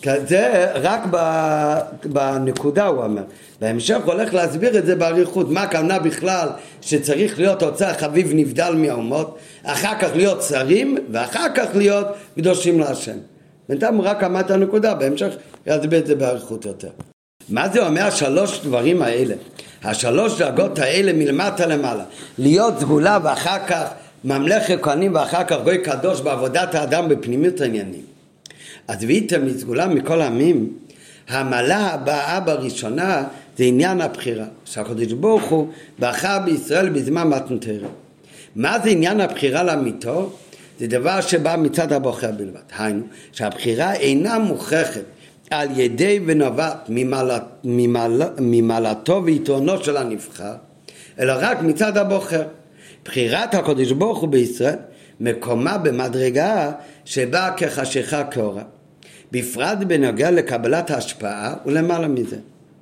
זה רק בנקודה הוא אומר. בהמשך הולך להסביר את זה בעריכות. מה הכוונה בכלל שצריך להיות הוצא חביב נבדל מהאומות, אחר כך להיות שרים ואחר כך להיות קדושים להשם. בינתיים הוא רק אמר את הנקודה, בהמשך יסביר את זה בעריכות יותר. מה זה אומר השלוש דברים האלה? השלוש דרגות האלה מלמטה למעלה. להיות סגולה ואחר כך ממלכת כהנים ואחר כך גוי קדוש בעבודת האדם בפנימיות העניינים. אז והייתם לסגולה מכל העמים, המעלה הבאה בראשונה זה עניין הבחירה. שהקדוש ברוך הוא בחר בישראל בזמן מתן תורה. מה זה עניין הבחירה לאמיתו? זה דבר שבא מצד הבוחר בלבד. היינו, שהבחירה אינה מוכרחת על ידי ונובעת ממעלתו ויתרונו של הנבחר, אלא רק מצד הבוחר. בחירת הקדוש ברוך הוא בישראל מקומה במדרגה שבאה כחשיכה כאורה, בפרט בנוגע לקבלת ההשפעה ולמעלה מזה.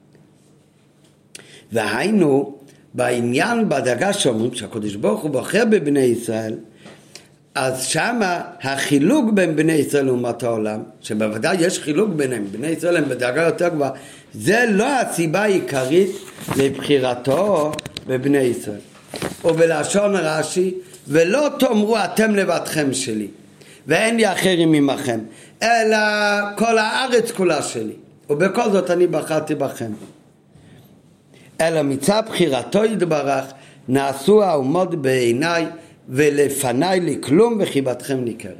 והיינו בעניין בדרגה שאומרים שהקדוש ברוך הוא בוחר בבני ישראל, אז שמה החילוק בין בני ישראל לעומת העולם, שבוודאי יש חילוק ביניהם, בני ישראל הם בדרגה יותר גבוהה, זה לא הסיבה העיקרית לבחירתו בבני ישראל. ובלשון רש"י, ולא תאמרו אתם לבדכם שלי ואין לי אחרים עמכם, אלא כל הארץ כולה שלי, ובכל זאת אני בחרתי בכם. אלא מצד בחירתו יתברך נעשו האומות בעיניי ולפניי לי כלום וחיבתכם ניכרת.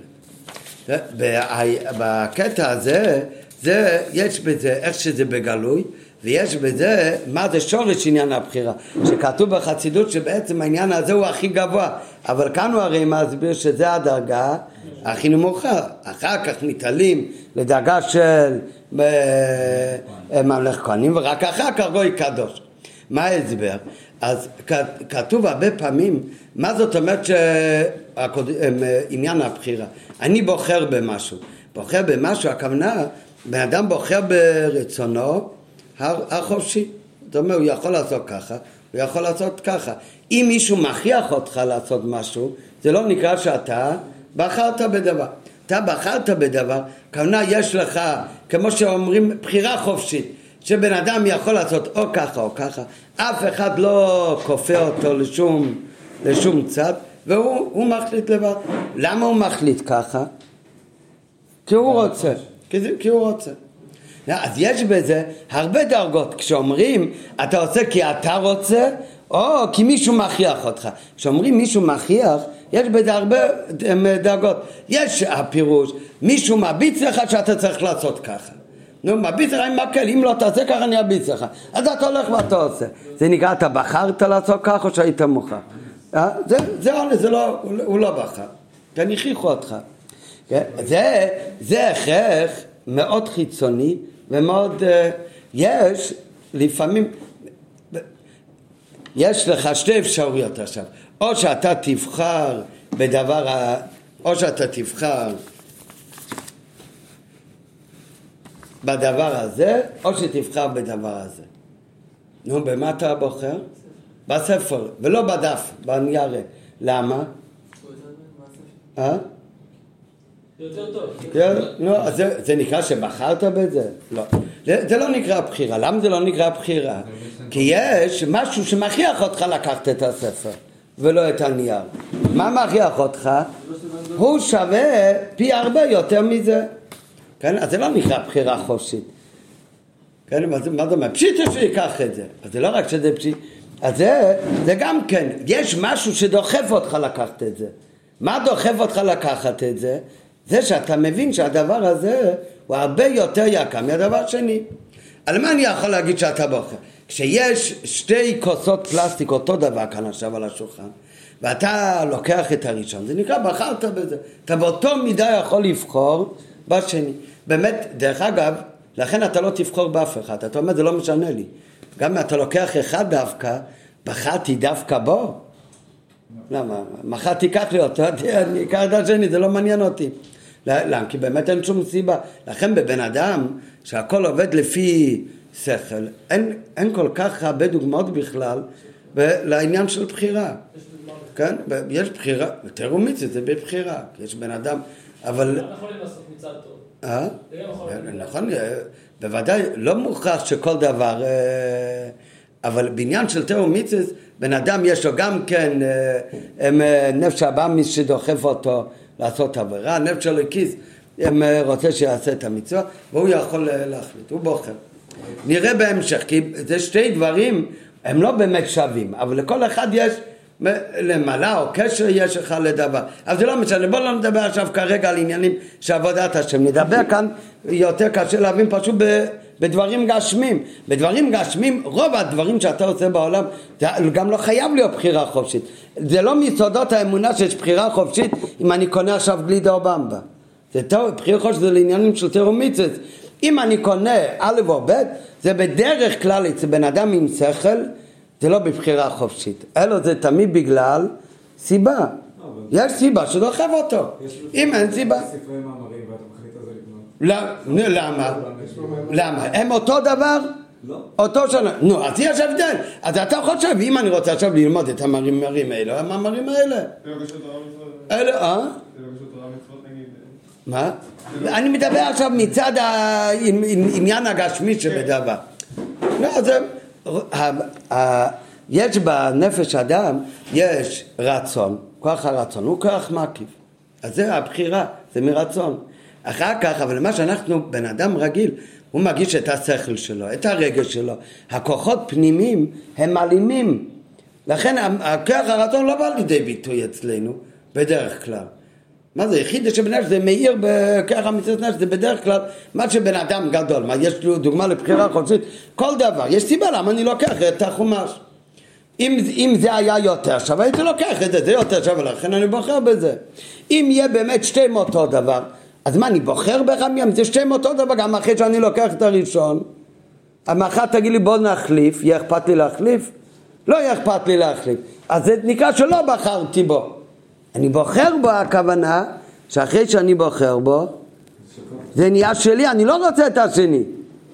בקטע הזה יש בזה איך שזה בגלוי, ויש בזה מה זה שורש עניין הבחירה, שכתוב בחסידות שבעצם העניין הזה הוא הכי גבוה, אבל כאן הוא הרי מסביר שזה הדרגה הכי נמוכה. אחר כך ניתלים לדרגה של ממלכת כהנים ורק אחר כך גוי קדוש. מה ההסבר? אז כתוב הרבה פעמים, מה זאת אומרת שעניין הבחירה? אני בוחר במשהו. בוחר במשהו, הכוונה, בן אדם בוחר ברצונו החופשי. זאת אומרת, הוא יכול לעשות ככה, הוא יכול לעשות ככה. אם מישהו מכריח אותך לעשות משהו, זה לא נקרא שאתה בחרת בדבר. אתה בחרת בדבר, כוונה יש לך, כמו שאומרים, בחירה חופשית. שבן אדם יכול לעשות או ככה או ככה, אף אחד לא כופה אותו לשום צד, והוא מחליט לבד. למה הוא מחליט ככה? כי הוא רוצה. כי הוא רוצה. אז יש בזה הרבה דרגות. כשאומרים אתה עושה כי אתה רוצה, או כי מישהו מכריח אותך. כשאומרים מישהו מכריח, יש בזה הרבה דרגות. יש הפירוש, מישהו מביץ לך שאתה צריך לעשות ככה. נו, מביץ לך עם מקל, אם לא תעשה ככה אני אביץ לך. אז אתה הולך ואתה עושה. זה נקרא, אתה בחרת לעשות ככה או שהיית מוכר? הוא לא בחר. כאן הכריחו אותך. זה הכרח מאוד חיצוני ומאוד, יש לפעמים, יש לך שתי אפשרויות עכשיו. או שאתה תבחר בדבר הזה, או שתבחר בדבר הזה. נו, במה אתה בוחר? בספר, ולא בדף, בנייר. למה? יותר טוב. נו, אז זה נקרא שבחרת בזה? לא. זה לא נקרא בחירה. למה זה לא נקרא בחירה? כי יש משהו שמכריח אותך לקחת את הספר, ולא את הנייר. מה מכריח אותך? הוא שווה פי הרבה יותר מזה. כן? אז זה לא נקרא בחירה חופשית. כן? מה זאת אומרת? פשיט שיקח את זה. אז זה לא רק שזה פשיט. אז זה גם כן. יש משהו שדוחף אותך לקחת את זה. מה דוחף אותך לקחת את זה? זה שאתה מבין שהדבר הזה הוא הרבה יותר יקר מהדבר שני. על מה אני יכול להגיד שאתה בוחר? כשיש שתי כוסות פלסטיק אותו דבר כאן עכשיו על השולחן, ואתה לוקח את הראשון, זה נקרא בחרת בזה. אתה באותו מידה יכול לבחור בשני. באמת, דרך אגב, לכן אתה לא תבחור באף אחד. אתה אומר, זה לא משנה לי. גם אם אתה לוקח אחד דווקא, בחרתי דווקא בו. למה? מחר תיקח לי אותו, אני אקח את השני, זה לא מעניין אותי. למה? כי באמת אין שום סיבה. לכן בבן אדם, שהכל עובד לפי שכל, אין כל כך הרבה דוגמאות בכלל לעניין של בחירה. כן, יש בחירה, תראו מצוות, זה בבחירה, יש בן אדם, אבל... אנחנו יכולים לעשות מצד טוב. נכון, בוודאי, לא מוכרח שכל דבר, אבל בעניין של תראו מצוות, בן אדם יש לו גם כן נפש הבאמיס שדוחף אותו לעשות עבירה, נפש של הכיס רוצה שיעשה את המצווה, והוא יכול להחליט, הוא בוחר. נראה בהמשך, כי זה שתי דברים, הם לא באמת שווים, אבל לכל אחד יש למעלה או קשר יש לך לדבר. אבל זה לא משנה, בואו לא נדבר עכשיו כרגע על עניינים שעבודת השם. נדבר כאן יותר קשה להבין פשוט בדברים גשמים. בדברים גשמים, רוב הדברים שאתה עושה בעולם, זה גם לא חייב להיות בחירה חופשית. זה לא מיסודות האמונה שיש בחירה חופשית אם אני קונה עכשיו גלידה או במבה. זה טוב, בחירה חופשית זה לעניינים של תורה ומצוות. אם אני קונה א' או ב', זה בדרך כלל אצל בן אדם עם שכל, זה לא בבחירה חופשית, אלא זה תמיד בגלל סיבה. יש סיבה שדוחף אותו. אם אין סיבה... ספרי מאמרים ואתה מחליט על זה לקנות. למה? למה? הם אותו דבר? לא. אותו שנה. נו, אז יש הבדל. אז אתה חושב, אם אני רוצה עכשיו ללמוד את המאמרים האלה, המאמרים האלה. אלה, מה? אני מדבר עכשיו מצד העניין הגשמי שבדבר. לא, זה... יש בנפש אדם, יש רצון, כוח הרצון, הוא כוח מקיף. אז זה הבחירה, זה מרצון. אחר כך, אבל למה שאנחנו, בן אדם רגיל, הוא מגיש את השכל שלו, את הרגש שלו. הכוחות פנימיים הם אלימים. לכן הכוח הרצון לא בא לידי ביטוי אצלנו, בדרך כלל. מה זה? יחיד שבנפש זה מאיר בכך המצוות נפש, זה בדרך כלל מה שבן אדם גדול, מה יש לו דוגמה לבחירה חופשית, כל דבר, יש סיבה למה אני לוקח את החומש. אם זה היה יותר שווה, הייתי לוקח את זה, זה יותר שווה, לכן אני בוחר בזה. אם יהיה באמת שתיהם אותו דבר, אז מה, אני בוחר באחד מהם? זה שתיהם אותו דבר, גם אחרי שאני לוקח את הראשון, המחר תגיד לי בוא נחליף, יהיה אכפת לי להחליף? לא יהיה אכפת לי להחליף, אז זה נקרא שלא בחרתי בו. אני בוחר בו, הכוונה שאחרי שאני בוחר בו זה נהיה שלי, אני לא רוצה את השני.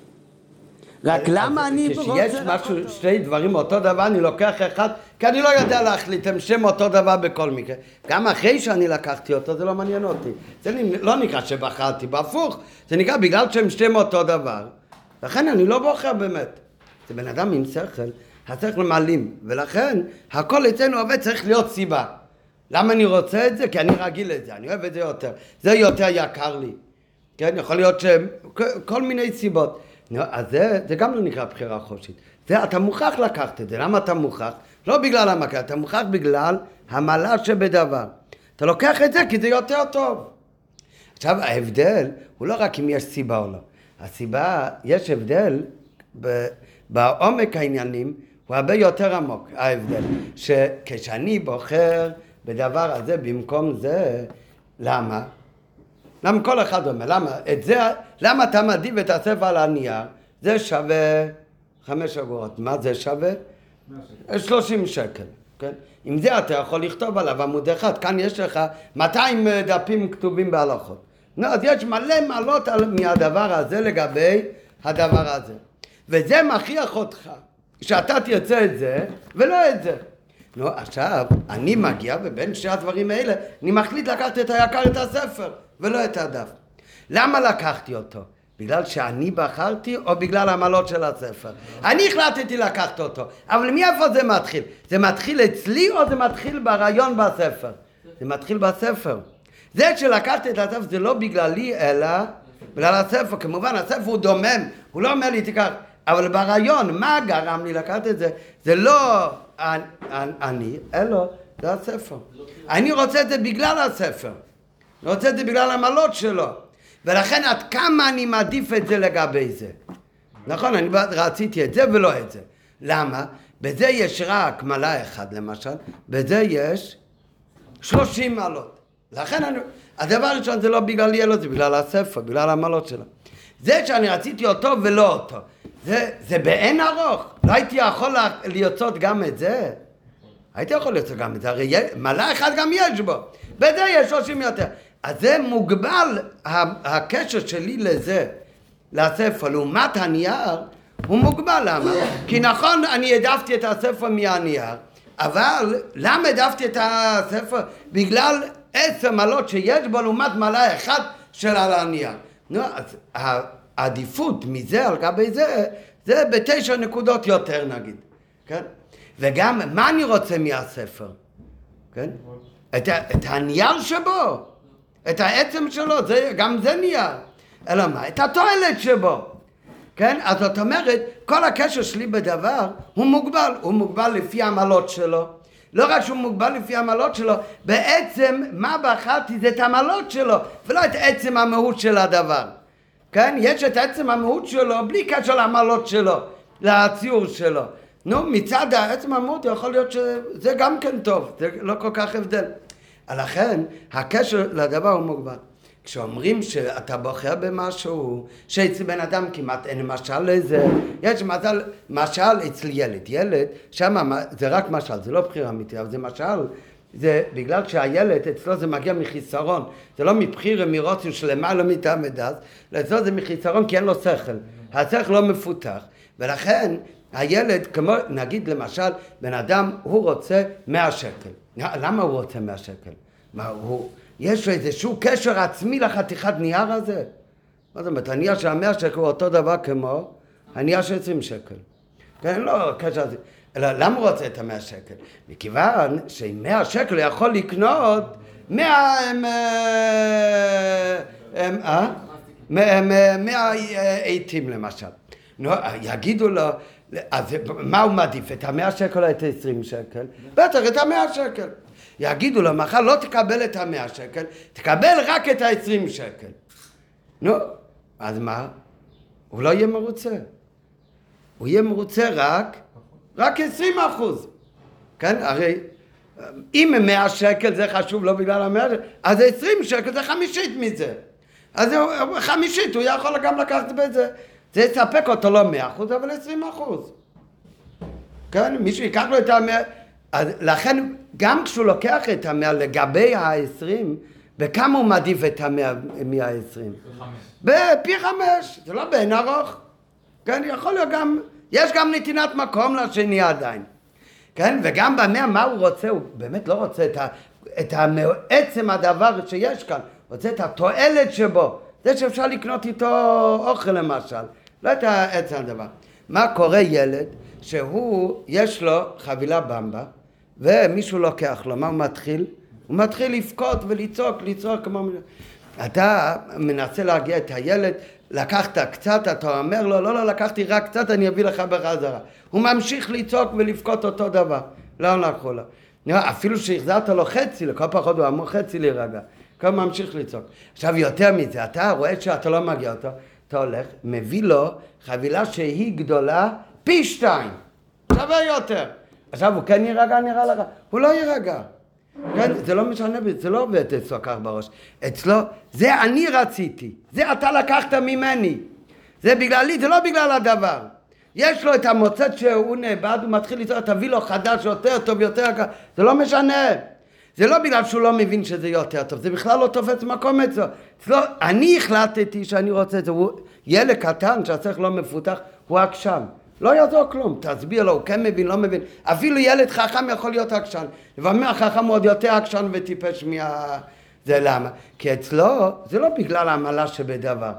רק למה אני רוצה? כשיש משהו, שתי דברים אותו דבר, אני לוקח אחד, כי אני לא יודע להחליט, הם שם אותו דבר בכל מקרה. גם אחרי שאני לקחתי אותו, זה לא מעניין אותי. זה לא נקרא שבחרתי, בהפוך, זה נקרא בגלל שהם שם אותו דבר. לכן אני לא בוחר באמת. זה בן אדם עם שכל, השכל מעלים, ולכן הכל אצלנו עובד צריך להיות סיבה. למה אני רוצה את זה? כי אני רגיל את זה, אני אוהב את זה יותר. זה יותר יקר לי. כן, יכול להיות כל מיני סיבות. אז זה גם לא נקרא בחירה חופשית. זה, אתה מוכרח לקחת את זה. למה אתה מוכרח? לא בגלל המכה, אתה מוכרח בגלל המעלה שבדבר. אתה לוקח את זה כי זה יותר טוב. עכשיו, ההבדל הוא לא רק אם יש סיבה או לא. הסיבה, יש הבדל בעומק העניינים, הוא הרבה יותר עמוק, ההבדל. שכשאני בוחר בדבר הזה במקום זה, למה? למה כל אחד אומר, למה אתה מעדיף את הספר על הנייר? זה שווה 5 אגורות. מה זה שווה? 30 שקל. כן? עם זה אתה יכול לכתוב עליו עמוד אחד. כאן יש לך 200 דפים כתובים בהלכות. אז יש מלא מעלות מהדבר הזה לגבי הדבר הזה. וזה מכריח אותך שאתה תרצה את זה ולא את זה. עכשיו, אני מגיע ובין שני הדברים האלה, אני מחליט לקחת את היקר את הספר ולא את הדף. למה לקחתי אותו? בגלל שאני בחרתי או בגלל המעלות של הספר? אני החלטתי לקחת אותו, אבל מאיפה זה מתחיל? זה מתחיל אצלי או זה מתחיל ברעיון בספר? זה מתחיל בספר. זה שלקחתי את הספר זה לא בגללי אלא בגלל הספר. כמובן הספר הוא דומם, הוא לא אומר לי תיקח, אבל ברעיון מה גרם לי לקחת את זה? זה לא אני, אלא זה הספר. אני רוצה את זה בגלל הספר. אני רוצה את זה בגלל המעלות שלו. ולכן עד כמה אני מעדיף את זה לגבי זה. נכון, אני רציתי את זה ולא את זה. למה? בזה יש רק מעלה אחד למשל, בזה יש 30 מעלות. לכן הדבר הראשון זה לא בגללי, אלא זה בגלל הספר, בגלל המעלות שלו. זה שאני רציתי אותו ולא אותו. זה באין ארוך. לא הייתי יכול לרצות גם את זה. הייתי יכול לרצות גם את זה. הרי מעלה אחד גם יש בו. בזה יש 30 יותר. אז זה מוגבל, הקשר שלי לזה, לספר, לעומת הנייר, הוא מוגבל. למה? כי נכון, אני העדפתי את הספר מהנייר, אבל למה העדפתי את הספר? בגלל 10 מעלות שיש בו לעומת מעלה אחת של על הנייר. נו, אז העדיפות מזה על גבי זה, זה ב9 נקודות יותר נגיד, כן? וגם מה אני רוצה מהספר? כן? את הנייר שבו, את העצם שלו, גם זה נייר. אלא מה? את התועלת שבו. כן? אז זאת אומרת, כל הקשר שלי בדבר הוא מוגבל. הוא מוגבל לפי המעלות שלו. לא רק שהוא מוגבל לפי המעלות שלו, בעצם מה בחרתי זה את המעלות שלו, ולא את עצם המהות של הדבר. כן? יש את עצם המהות שלו בלי קשר למעלות שלו, לציור שלו. נו, מצד העצם המהות יכול להיות שזה גם כן טוב, זה לא כל כך הבדל. לכן, הקשר לדבר הוא מוגבל. כשאומרים שאתה בוחר במשהו, שאצל בן אדם כמעט אין משל לזה, יש משל אצל ילד. ילד, שם זה רק משל, זה לא בחירה אמיתית, אבל זה משל, זה בגלל שהילד אצלו זה מגיע מחיסרון, זה לא מבחירה מרוצן שלמעלה מתעמד אז, אצלו זה מחיסרון כי אין לו שכל, השכל לא מפותח, ולכן הילד, כמו נגיד למשל, בן אדם הוא רוצה 100 שקל. למה הוא רוצה 100 שקל? יש לו איזשהו קשר עצמי לחתיכת נייר הזה? מה זאת אומרת, הנייר של 100 שקל הוא אותו דבר כמו הנייר של 20 שקל. כן, לא קשר עצמי. אלא למה הוא רוצה את 100 שקל? מכיוון שעם 100 שקל הוא יכול לקנות 100 עיתים למשל. יגידו לו, אז מה הוא מעדיף? את 100 שקל או את 20 שקל? בטח, את 100 שקל. יגידו לו, מחר לא תקבל את 100 שקל, תקבל רק את 20 שקל. נו, אז מה? הוא לא יהיה מרוצה. הוא יהיה מרוצה רק 20%. כן, הרי אם 100 שקל זה חשוב לא בגלל 100 שקל, אז 20 שקל זה 50 מזה. אז 50 הוא יכול גם לקחת בזה. זה יספק אותו לא 100%, אבל 20%. כן, מישהו ייקח לו את 100, אז לכן גם כשהוא לוקח את 100 לגבי 20, בכמה הוא מעדיף את 100 מה-20? בפי 5, זה לא בין ארוך. כן, יכול להיות גם, יש גם נתינת מקום לשני עדיין. כן, וגם ב100 מה הוא רוצה? הוא באמת לא רוצה את עצם הדבר שיש כאן, הוא רוצה את התועלת שבו. זה שאפשר לקנות איתו אוכל למשל, לא את עצם הדבר. מה קורה ילד שהוא, יש לו חבילה במבה, ומישהו לוקח לו, מה הוא מתחיל? הוא מתחיל לבכות ולצעוק כמו... אתה מנסה להגיע את הילד, לקחת קצת, אתה אומר לו, לא, לקחתי רק קצת, אני אביא לך בחזרה. הוא ממשיך לצעוק ולבכות אותו דבר. לא לקחו לו. אפילו שהחזרת לו חצי, לכל פחות הוא אמור חצי להירגע. הוא ממשיך לצעוק. עכשיו יותר מזה, אתה רואה שאתה לא מגיע אותו, אתה הולך, מביא לו חבילה שהיא גדולה פי 2. שווה יותר. עכשיו הוא כן יירגע, נראה לך. הוא לא יירגע. כן, זה לא משנה, זה לא עובד אצלו כך בראש. אצלו, זה אני רציתי. זה אתה לקחת ממני. זה בגללי, זה לא בגלל הדבר. יש לו את המוצאת שהוא נאבד, הוא מתחיל לצעוק, תביא לו חדש יותר טוב, יותר יקר. זה לא משנה. זה לא בגלל שהוא לא מבין שזה יותר טוב, זה בכלל לא תופס מקום אצלו. אני החלטתי שאני רוצה את זה, ילד קטן שהשכל לא מפותח, הוא עקשן. לא יעזור כלום, תסביר לו, הוא כן מבין, לא מבין. אפילו ילד חכם יכול להיות עקשן. לפעמים החכם הוא עוד יותר עקשן וטיפש זה למה? כי אצלו זה לא בגלל העמלה שבדבר.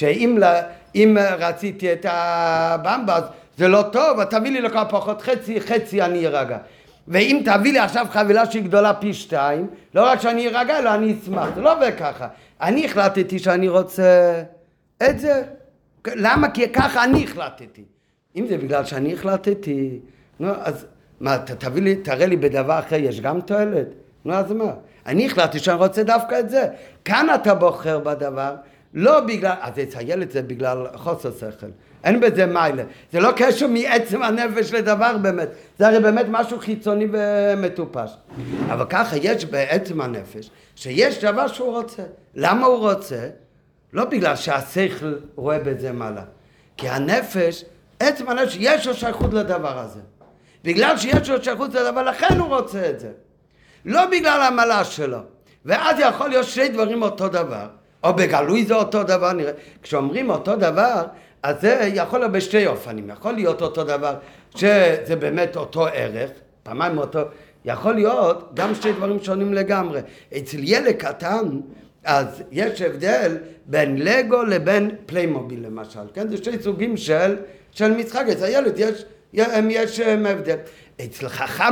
שאם רציתי את הבמבה, זה לא טוב, תביא לי לכל פחות חצי אני ארגע. ואם תביא לי עכשיו חבילה שהיא גדולה פי 2, לא רק שאני ארגע, אלא אני אשמח. זה לא עובד ככה. אני החלטתי שאני רוצה את זה. למה? כי ככה אני החלטתי. אם זה בגלל שאני החלטתי, נו, אז מה, תראה לי בדבר אחר, יש גם תועלת? נו, אז מה? אני החלטתי שאני רוצה דווקא את זה. כאן אתה בוחר בדבר, לא בגלל, אז הילד זה בגלל חוסר שכל. אין בזה מיילה. זה לא קשר מעצם הנפש לדבר באמת. זה הרי באמת משהו חיצוני ומטופש. אבל ככה יש בעצם הנפש, שיש דבר שהוא רוצה. למה הוא רוצה? לא בגלל שהשכל רואה בזה מעלה. כי הנפש, עצם הנפש, יש לו שייכות לדבר הזה. בגלל שיש לו שייכות לדבר, לכן הוא רוצה את זה. לא בגלל המעלה שלו. ואז יכול להיות שני דברים אותו דבר. או בגלוי זה אותו דבר, נראה. כשאומרים אותו דבר, אז זה יכול להיות בשתי אופנים. יכול להיות אותו דבר שזה באמת אותו ערך, פעמיים אותו, יכול להיות גם שתי דברים שונים לגמרי. אצל ילד קטן, אז יש הבדל בין לגו לבין פליימוביל למשל, כן? זה שתי סוגים של משחק, אצל הילד יש הבדל. אצל חכם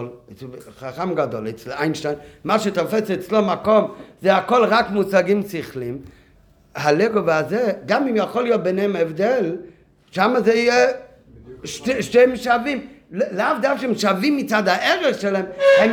גדול, אצל איינשטיין, מה שתופס אצלו מקום, זה הכל רק מושגים שכליים. הלגו והזה, גם אם יכול להיות ביניהם הבדל, שם זה יהיה שתי שווים. לאו דווקא שהם שווים מצד הערך שלהם,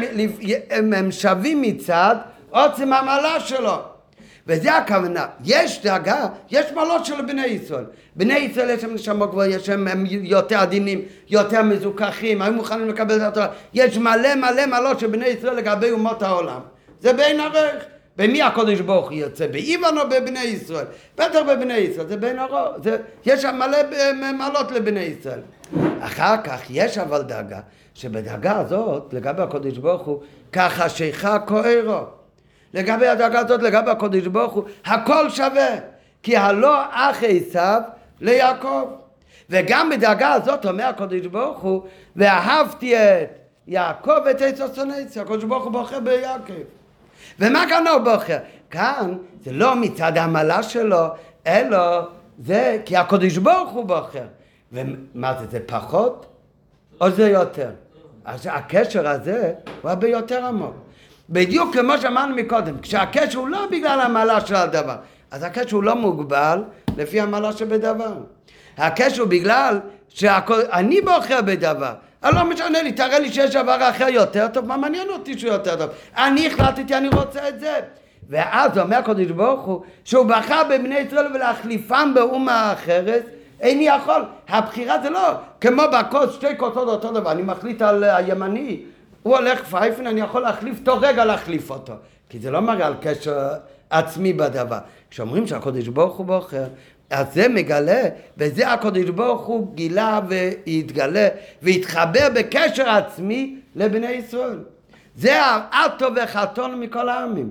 הם שווים מצד עוצם המעלה שלו. וזה הכוונה. יש דאגה, יש מעלות של בני ישראל. בני ישראל יש להם נשמה גבוהה, יש להם יותר עדינים, יותר מזוכחים, הם מוכנים לקבל את התורה. יש מלא מעלות של בני ישראל לגבי אומות העולם. זה בין ערך. במי הקודש ברוך הוא יוצא? באיוון או בבני ישראל? בטח בבני ישראל, זה בין ערך. יש שם מלא מעלות לבני ישראל. אחר כך יש אבל דאגה, שבדאגה הזאת, לגבי הקודש ברוך הוא, ככה שיכה כהרו. לגבי הדאגה הזאת, לגבי הקודש ברוך הוא, הכל שווה. כי הלא אח עשיו ליעקב. וגם בדאגה הזאת אומר הקודש ברוך הוא, ואהבתי את יעקב ואת עשיו שונאתי. הקודש ברוך הוא בוחר ביעקב. ומה כאן הוא בוחר? כאן זה לא מצד המעלה שלו, אלא זה כי הקודש ברוך הוא בוחר. ומה זה, זה פחות או זה יותר? אז הקשר הזה הוא הרבה יותר עמוק. בדיוק כמו שאמרנו מקודם, כשהקשר הוא לא בגלל המעלה של הדבר, אז הקשר הוא לא מוגבל לפי המעלה שבדבר. הקשר הוא בגלל שאני בוחר בדבר. לא משנה לי, תראה לי שיש דבר אחר יותר טוב, מה מעניין אותי שהוא יותר טוב? אני החלטתי, אני רוצה את זה. ואז אומר הקדוש ברוך הוא, שהוא בחר בבני ישראל ולהחליפם באומה אחרת, איני יכול. הבחירה זה לא כמו בכוס, שתי כוסות אותו דבר, אני מחליט על הימני, הוא הולך פייפן, אני יכול להחליף תוך רגע להחליף אותו. כי זה לא מראה על קשר עצמי בדבר. כשאומרים שהקדוש ברוך הוא בוחר, אז זה מגלה, וזה הקדוש ברוך הוא גילה והתגלה והתחבר בקשר עצמי לבני ישראל. זה הטוב והחתון מכל העמים.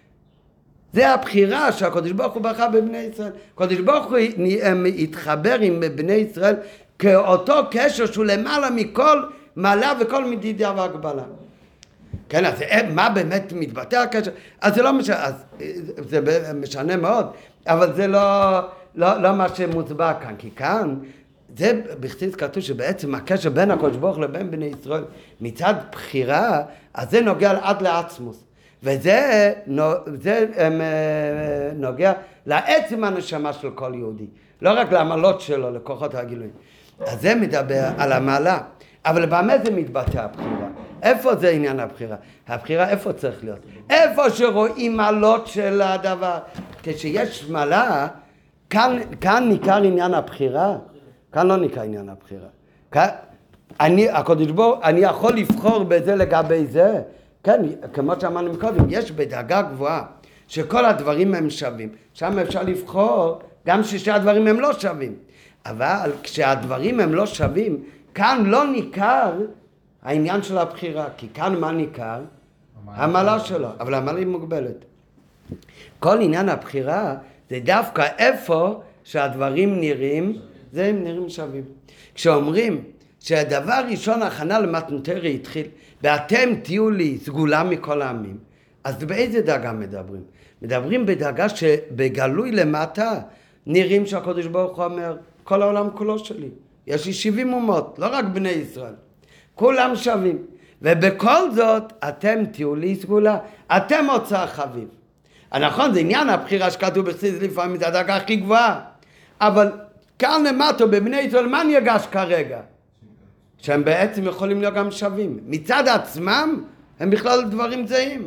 זה הבחירה שהקדוש ברוך הוא בחר בבני ישראל. הקדוש ברוך הוא התחבר עם בני ישראל כאותו קשר שהוא למעלה מכל מעלה וכל מדידה והגבלה. כן, אז מה באמת מתבטא הקשר? אז זה לא משנה, אז זה משנה מאוד, אבל זה לא מה שמוצבע כאן, כי כאן זה בכתיב כתוב שבעצם הקשר בין הקדוש ברוך הוא לבין בני ישראל מצד בחירה, אז זה נוגע עד לעצמוס, וזה נוגע לעצם הנשמה של כל יהודי, לא רק לעמלות שלו, לכוחות הגילויים. אז זה מדבר על המעלה, אבל במה זה מתבטא הבחירה? איפה זה עניין הבחירה? הבחירה איפה צריך להיות? איפה שרואים מעלות של הדבר. כשיש מעלה, כאן ניכר עניין הבחירה, כאן לא ניכר עניין הבחירה. הקדוש ברוך הוא, אני יכול לבחור בזה לגבי זה. כן, כמו שאמרנו מקודם, יש בדאגה גבוהה שכל הדברים הם שווים. שם אפשר לבחור גם שהדברים הם לא שווים. אבל כשהדברים הם לא שווים, כאן לא ניכר העניין של הבחירה, כי כאן מה ניכר? המעלה שלו, אבל המעלה היא מוגבלת. כל עניין הבחירה זה דווקא איפה שהדברים נראים, זה הם נראים שווים. כשאומרים שהדבר ראשון הכנה למתנתרי התחיל, ואתם תהיו לי סגולה מכל העמים, אז באיזה דאגה מדברים? מדברים בדאגה שבגלוי למטה נראים שהקדוש ברוך הוא אומר, כל העולם כולו שלי. יש לי 70 אומות, לא רק בני ישראל. כולם שווים. ובכל זאת, אתם תהיו לי סגולה. אתם מוצא חביב. נכון, זה עניין הבחירה שכתוב בחסידות לפעמים, זה הדרגה הכי גבוהה. אבל כאן למטה, בבני ישראל, מה נרגש כרגע? שהם בעצם יכולים להיות גם שווים. מצד עצמם, הם בכלל דברים זהים.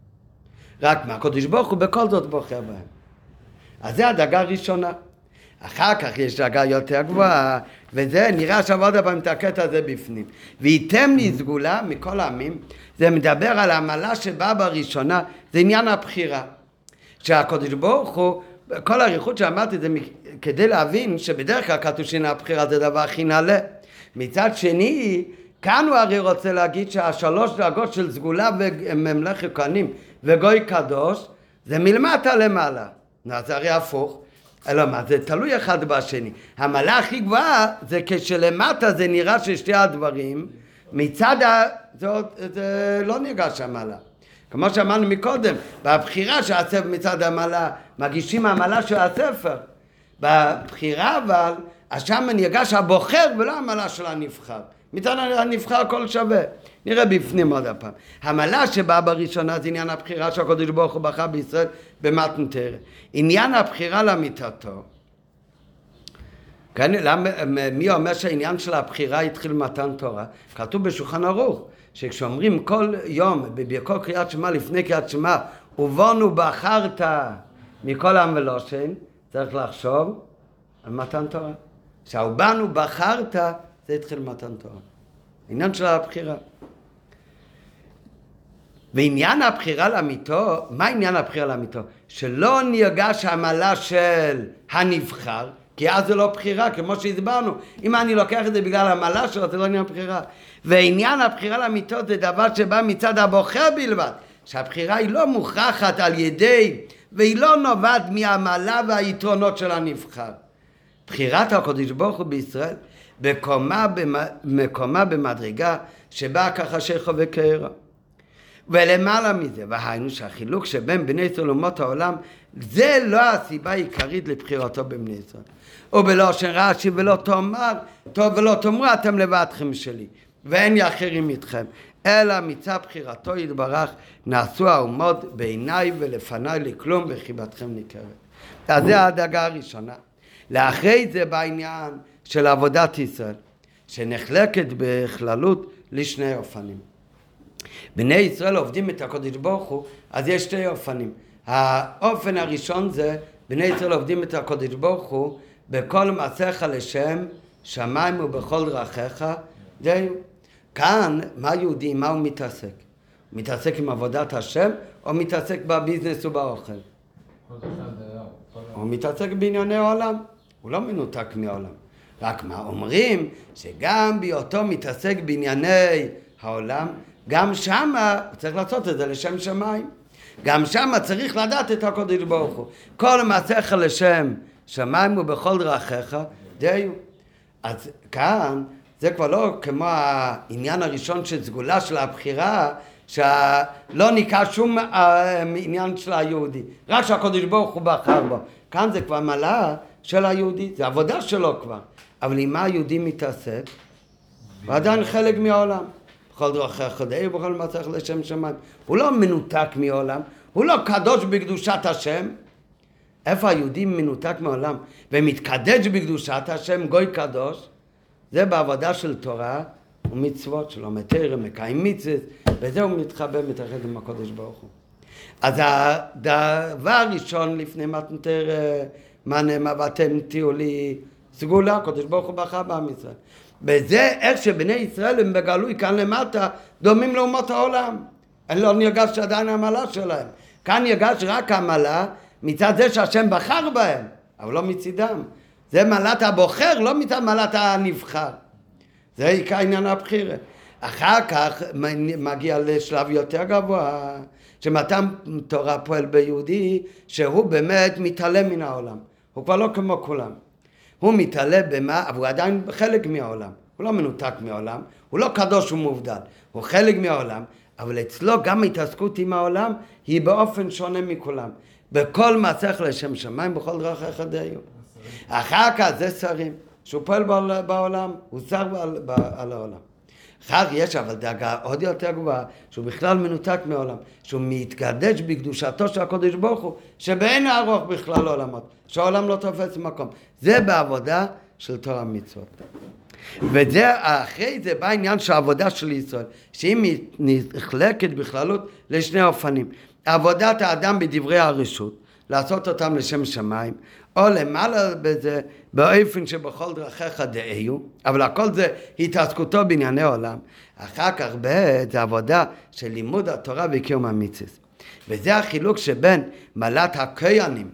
רק מה, הקדוש ברוך הוא בכל זאת בוחר בהם. אז זה הדרגה הראשונה. אחר כך יש דרגה יותר גבוהה, וזה נראה עכשיו עוד פעם את הקטע הזה בפנים. וייתם לי סגולה מכל העמים, זה מדבר על המעלה שבאה בראשונה, זה עניין הבחירה. שהקדוש ברוך הוא, כל הריחות שאמרתי זה כדי להבין שבדרך כלל כתוב שהבחירה זה דבר הכי נעלה. מצד שני, כאן הוא הרי רוצה להגיד שהשלוש דרגות של סגולה וממלכת כהנים וגוי קדוש, זה מלמטה למעלה. זה הרי הפוך. אלא מה, זה תלוי אחד בשני. המעלה הכי גבוהה זה כשלמטה זה נראה ששתי הדברים מצד זה לא ניגש המעלה. כמו שאמרנו מקודם, בבחירה של הספר מצד המעלה, מגישים המעלה של הספר. בבחירה אבל, אז שם ניגש הבוחר ולא המעלה של הנבחר. מצד הנבחר הכל שווה. נראה בפנים עוד הפעם. המעלה שבאה בראשונה זה עניין הבחירה שהקדוש ברוך הוא בחר בישראל במתן תורה. עניין הבחירה לאמיתתו. כן, מי אומר שהעניין של הבחירה התחיל במתן תורה? כתוב בשולחן ערוך, שכשאומרים כל יום, בכל קריאת שמע, לפני קריאת שמע, ובונו בחרת מכל עם ולושן, צריך לחשוב על מתן תורה. שהובנו בחרת, זה התחיל במתן תורה. עניין של הבחירה. ועניין הבחירה לאמיתו, מה עניין הבחירה לאמיתו? שלא נרגש המעלה של הנבחר, כי אז זה לא בחירה, כמו שהסברנו. אם אני לוקח את זה בגלל המעלה שלו, זה לא עניין בחירה. ועניין הבחירה לאמיתו זה דבר שבא מצד הבוחר בלבד, שהבחירה היא לא מוכרחת על ידי, והיא לא נובעת מהמעלה והיתרונות של הנבחר. בחירת הקדוש ברוך הוא בישראל, מקומה במדרגה שבה כחשיכה וכערה. ולמעלה מזה, והיינו שהחילוק שבין בני ישראל אומות העולם, זה לא הסיבה העיקרית לבחירתו בבני ישראל. ובלושן רש"י ולא תאמר, טוב ולא תאמרו אתם לבדכם שלי, ואין לי אחרים איתכם, אלא מצד בחירתו יתברך, נעשו האומות בעיניי ולפניי לכלום וחיבתכם ניכרת. אז זה הדאגה הראשונה. לאחרי זה בעניין של עבודת ישראל, שנחלקת בכללות לשני אופנים. בני ישראל עובדים את הקדוש ברוך הוא, אז יש שתי אופנים. האופן הראשון זה, בני ישראל עובדים את הקדוש ברוך הוא, בכל מעשיך לשם שמיים ובכל דרכיך, זהו. כאן, מה יהודי, מה הוא מתעסק? הוא מתעסק עם עבודת השם, או מתעסק בביזנס ובאוכל? הוא מתעסק בענייני העולם, הוא לא מנותק מהעולם. רק מה אומרים? שגם בהיותו מתעסק בענייני העולם, גם שמה צריך לעשות את זה לשם שמיים. גם שמה צריך לדעת את הקדוש ברוך הוא. כל מעשיך לשם שמיים ובכל דרכיך, זהו. אז כאן זה כבר לא כמו העניין הראשון של סגולה של הבחירה, שלא ניקח שום עניין של היהודי, רק שהקדוש ברוך הוא בחר בו. כאן זה כבר מעלה של היהודי, זה עבודה שלו כבר. אבל עם מה היהודי מתעסק? הוא עדיין חלק מהעולם. בכל דרכיך דאי ובכל מעשיך לשם שמיים. הוא לא מנותק מהעולם, הוא לא קדוש בקדושת השם. איפה היהודי מנותק מהעולם ומתקדש בקדושת השם, גוי קדוש? זה בעבודה של תורה ומצוות שלו, מתיר, מקיים מצוות, וזה הוא מתחבא מתאחד עם הקדוש ברוך הוא. אז הדבר הראשון לפני מתן תורה, מה נאמר, ואתם תהיו לי סגולה, הקדוש ברוך הוא בחר בעם ישראל. בזה איך שבני ישראל הם בגלוי כאן למטה דומים לאומות העולם. אני לא נרגש עדיין המעלה שלהם. כאן נרגש רק המעלה מצד זה שהשם בחר בהם, אבל לא מצידם. זה מעלת הבוחר, לא מצד מעלת הנבחר. זה עיקר עניין הבחירה. אחר כך מגיע לשלב יותר גבוה, שמתן תורה פועל ביהודי, שהוא באמת מתעלם מן העולם. הוא כבר לא כמו כולם. הוא מתעלה במה, אבל הוא עדיין חלק מהעולם. הוא לא מנותק מהעולם, הוא לא קדוש ומובדל. הוא חלק מהעולם, אבל אצלו גם התעסקות עם העולם היא באופן שונה מכולם. בכל מעשיך לשם שמיים, בכל דרכיך דאיו. אחר כך זה שרים, שהוא פועל בעולם, הוא שר על העולם. אחר יש אבל דאגה עוד יותר גבוהה, שהוא בכלל מנותק מהעולם, שהוא מתקדש בקדושתו של הקדוש ברוך הוא, שבאין הארוך בכלל עולמות, שהעולם לא תופס מקום. זה בעבודה של תורה מצוות. וזה אחרי זה בא העניין של העבודה של ישראל, שהיא נחלקת בכללות לשני אופנים. עבודת האדם בדברי הרשות, לעשות אותם לשם שמיים, או למעלה בזה, באופן שבכל דרכיך דאיו, אבל הכל זה התעסקותו בענייני עולם. אחר כך זה עבודה של לימוד התורה וקיום המצוות. וזה החילוק שבין מעלת הכהנים,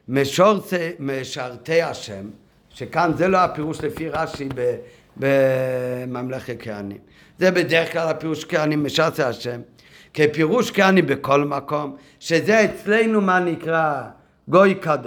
משרתי השם, שכאן זה לא הפירוש לפי רש"י בממלכת כהנים. זה בדרך כלל הפירוש כהנים משרתי השם, כפירוש כהנים בכל מקום, שזה אצלנו מה נקרא גוי קדוש.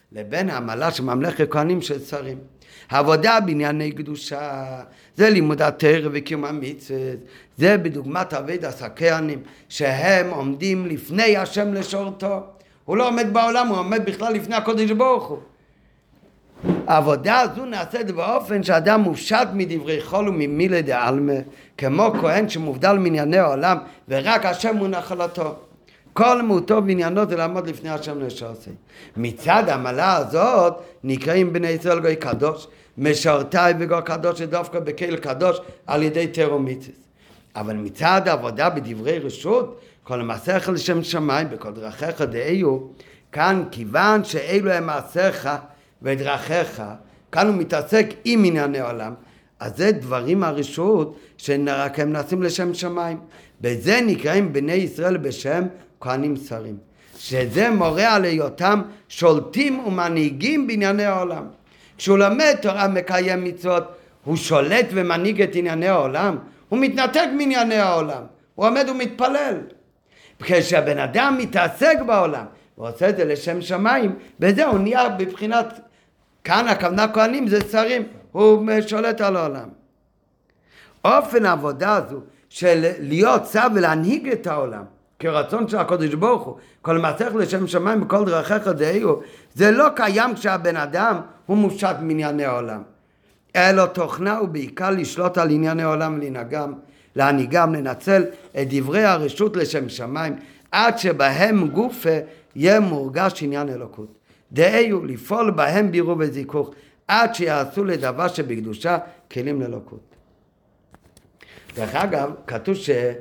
לבין העמלה של ממלכת כהנים של שרים. העבודה בענייני קדושה, זה לימוד התורה וקיום המצוות, זה בדוגמת עבודת הכהנים, שהם עומדים לפני השם לשורתו. הוא לא עומד בעולם, הוא עומד בכלל לפני הקודש ברוך הוא. העבודה הזו נעשית באופן שאדם מופשט מדברי חול וממילי דעלמא, כמו כהן שמובדל מענייני העולם ורק השם הוא נחלתו. כל מהותו ועניינו זה לעמוד לפני השם לשעושה. מצד העמלה הזאת נקראים בני ישראל גוי קדוש, משרתיי וגוי קדוש דווקא בקהיל קדוש על ידי תורה ומצוות. אבל מצד העבודה בדברי רשות, כל המעשיך לשם שמיים בכל דרכיך דאיו, כאן כיוון שאלו הם מעשיך ודרכיך, כאן הוא מתעסק עם ענייני עולם, אז זה דברים הרשות שרק הם נעשים לשם שמיים. בזה נקראים בני ישראל בשם כהנים שרים, שזה מורה על היותם שולטים ומנהיגים בענייני העולם. כשהוא לומד תורה מקיים מצוות, הוא שולט ומנהיג את ענייני העולם, הוא מתנתק מענייני העולם, הוא עומד ומתפלל. כשהבן אדם מתעסק בעולם ועושה את זה לשם שמיים, בזה הוא נהיה בבחינת, כאן הכוונה כהנים זה שרים, הוא שולט על העולם. אופן העבודה הזו של להיות שר ולהנהיג את העולם כרצון של הקודש ברוך הוא, כל מעשיך לשם שמיים בכל דרכיך דאיו, זה לא קיים כשהבן אדם הוא מופשט מענייני העולם, אלא תוכנה הוא בעיקר לשלוט על ענייני העולם להנהיגם, לנצל את דברי הרשות לשם שמיים עד שבהם גופה יהיה מורגש עניין אלוקות. דאיו לפעול בהם בירור וזיכוך עד שיעשו לדבר שבקדושה כלים לאלוקות. דרך אגב, כתוב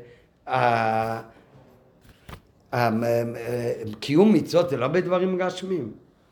קיום מצוות זה לא בדברים גשמים.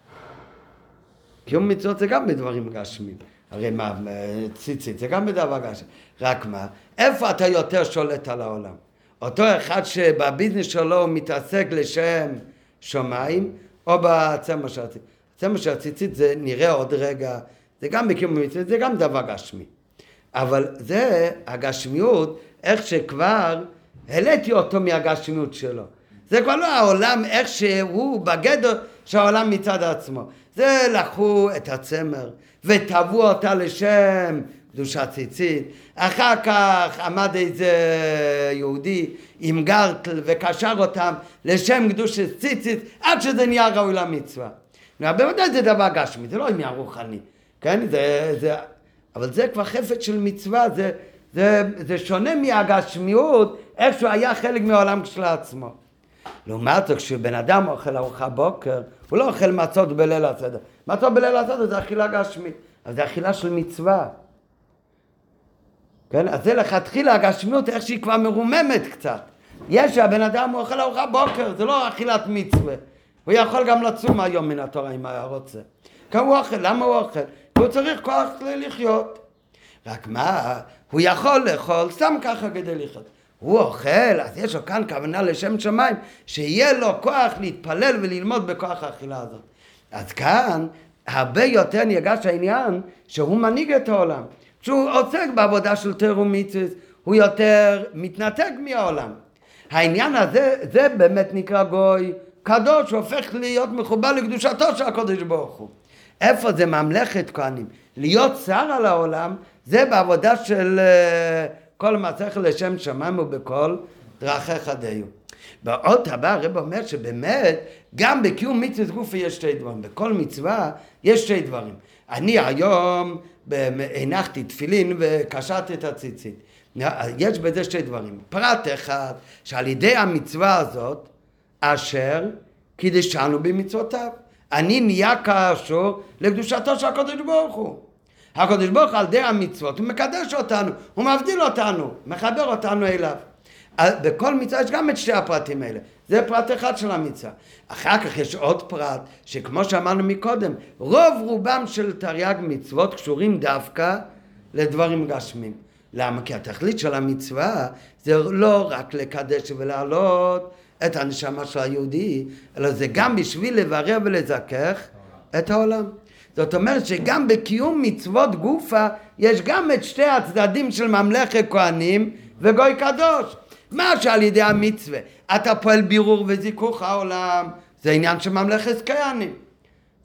קיום מצוות זה גם בדברים גשמים. הרי מה, ציצית זה גם בדבר גשם. רק מה, איפה אתה יותר שולט על העולם? אותו אחד שבביזנס שלו הוא מתעסק לשם שמיים, או בצמא של הציצית. הצמא של הציצית זה נראה עוד רגע, זה גם בקיום מצוות, זה גם דבר גשמי. אבל זה הגשמיות, איך שכבר העליתי אותו מהגשמיות שלו. זה כבר לא העולם איך שהוא בגדר שהעולם מצד עצמו. זה לקחו את הצמר וטבעו אותה לשם קדושת ציצית. אחר כך עמד איזה יהודי עם גרטל וקשר אותם לשם קדושת ציצית עד שזה נהיה ראוי למצווה. בוודאי זה דבר גשמי, זה לא עניין רוחני. כן? אבל זה כבר חפץ של מצווה, זה שונה מהגשמיות, איך שהוא היה חלק מהעולם של עצמו. לעומת זאת, כשבן אדם אוכל ארוחה בוקר, הוא לא אוכל מצות בליל הסדר. מצות בליל הסדר זה אכילה גשמית, אז זה אכילה של מצווה. כן? אז זה לכתחילה הגשמיות, איך שהיא כבר מרוממת קצת. יש שהבן אדם הוא אוכל ארוחה בוקר, זה לא אכילת מצווה. הוא יכול גם לצום היום מן התורה אם היה רוצה. כי הוא אוכל, למה הוא אוכל? הוא צריך כוח לחיות. רק מה, הוא יכול לאכול סתם ככה כדי לחיות. הוא אוכל, אז יש לו כאן כוונה לשם שמיים, שיהיה לו כוח להתפלל וללמוד בכוח האכילה הזאת. אז כאן הרבה יותר נרגש העניין שהוא מנהיג את העולם. כשהוא עוסק בעבודה של תורה ומצוות, הוא יותר מתנתק מהעולם. העניין הזה, זה באמת נקרא גוי קדוש, הוא הופך להיות מחובר לקדושתו של הקודש ברוך הוא. איפה זה ממלכת כהנים? להיות שר על העולם, זה בעבודה של כל מעשיך לשם שמיים ובכל דרכיך דאיו. באות הבא הרב אומר שבאמת גם בקיום מצוות גופי יש שתי דברים. בכל מצווה יש שתי דברים. אני היום הנחתי תפילין וקשרתי את הציצית. יש בזה שתי דברים. פרט אחד, שעל ידי המצווה הזאת, אשר קידשנו במצוותיו. אני נהיה קשור לקדושתו של הקדוש ברוך הוא. הקדוש ברוך הוא על ידי המצוות, הוא מקדש אותנו, הוא מבדיל אותנו, מחבר אותנו אליו. בכל מצווה יש גם את שתי הפרטים האלה. זה פרט אחד של המצווה. אחר כך יש עוד פרט, שכמו שאמרנו מקודם, רוב רובם של תרי"ג מצוות קשורים דווקא לדברים גשמים. למה? כי התכלית של המצווה זה לא רק לקדש ולעלות את הנשמה של היהודי, אלא זה גם בשביל לברר ולזכך את העולם. זאת אומרת שגם בקיום מצוות גופה יש גם את שתי הצדדים של ממלכת כהנים וגוי קדוש. מה שעל ידי המצווה אתה פועל בירור וזיכוך העולם, זה עניין של ממלכת כהנים.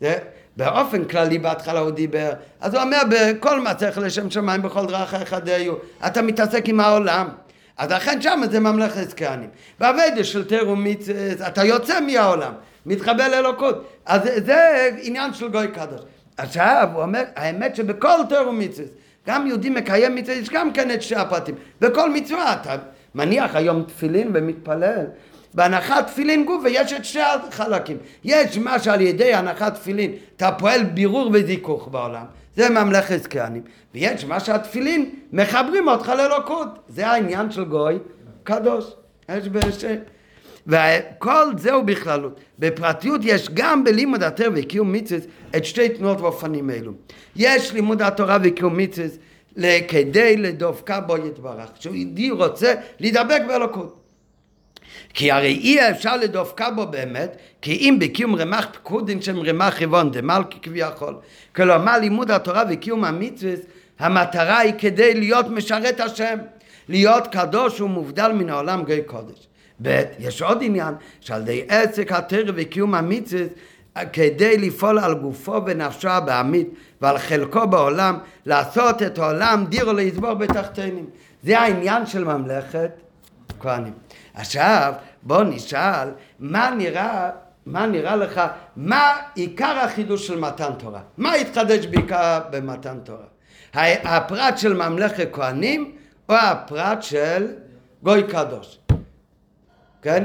באופן כללי בהתחלה הוא דיבר, אז הוא אומר בכל מצח לשם שמיים בכל דרכיך דיו, אתה מתעסק עם העולם, אז לכן שם זה ממלכת כהנים. בעבודה של תורה ומצוות אתה יוצא מהעולם, מתחבר לאלוקות, אז זה עניין של גוי קדוש. עכשיו הוא אומר, האמת שבכל תורה ומצוות, גם יהודי מקיים מצוות, יש גם כן את שתי הפרטים, בכל מצווה אתה מניח היום תפילין ומתפלל, בהנחת תפילין גוף ויש את שתי החלקים. יש מה שעל ידי הנחת תפילין אתה פועל בירור וזיכוך בעולם, זה ממלכת כהנים, ויש מה שהתפילין מחברים אותך לאלוקות, זה העניין של גוי קדוש. יש וכל זהו בכללות. בפרטיות יש גם בלימוד התורה וקיום מצוות את שתי תנועות ואופנים אלו. יש לימוד התורה וקיום מצוות כדי לדבקה בו יתברך, שיהודי רוצה להידבק באלוקות. כי הרי אי אפשר לדבקה בו באמת, כי אם בקיום רמ"ח פקודין שם רמ"ח חיוון דמלכי כביכול. כלומר לימוד התורה וקיום המצוות, המטרה היא כדי להיות משרת השם, להיות קדוש ומובדל מן העולם גוי קודש. יש עוד עניין שעל די עסק התורה וקיום המצוות כדי לפעול על גופו ונפשו הבעמית ועל חלקו בעולם, לעשות את העולם דירו להסבור בתחתינים. זה העניין של ממלכת כהנים. עכשיו בוא נשאל מה נראה לך, מה עיקר החידוש של מתן תורה, מה התחדש בעיקר במתן תורה, הפרט של ממלכת כהנים או הפרט של גוי קדוש? כן,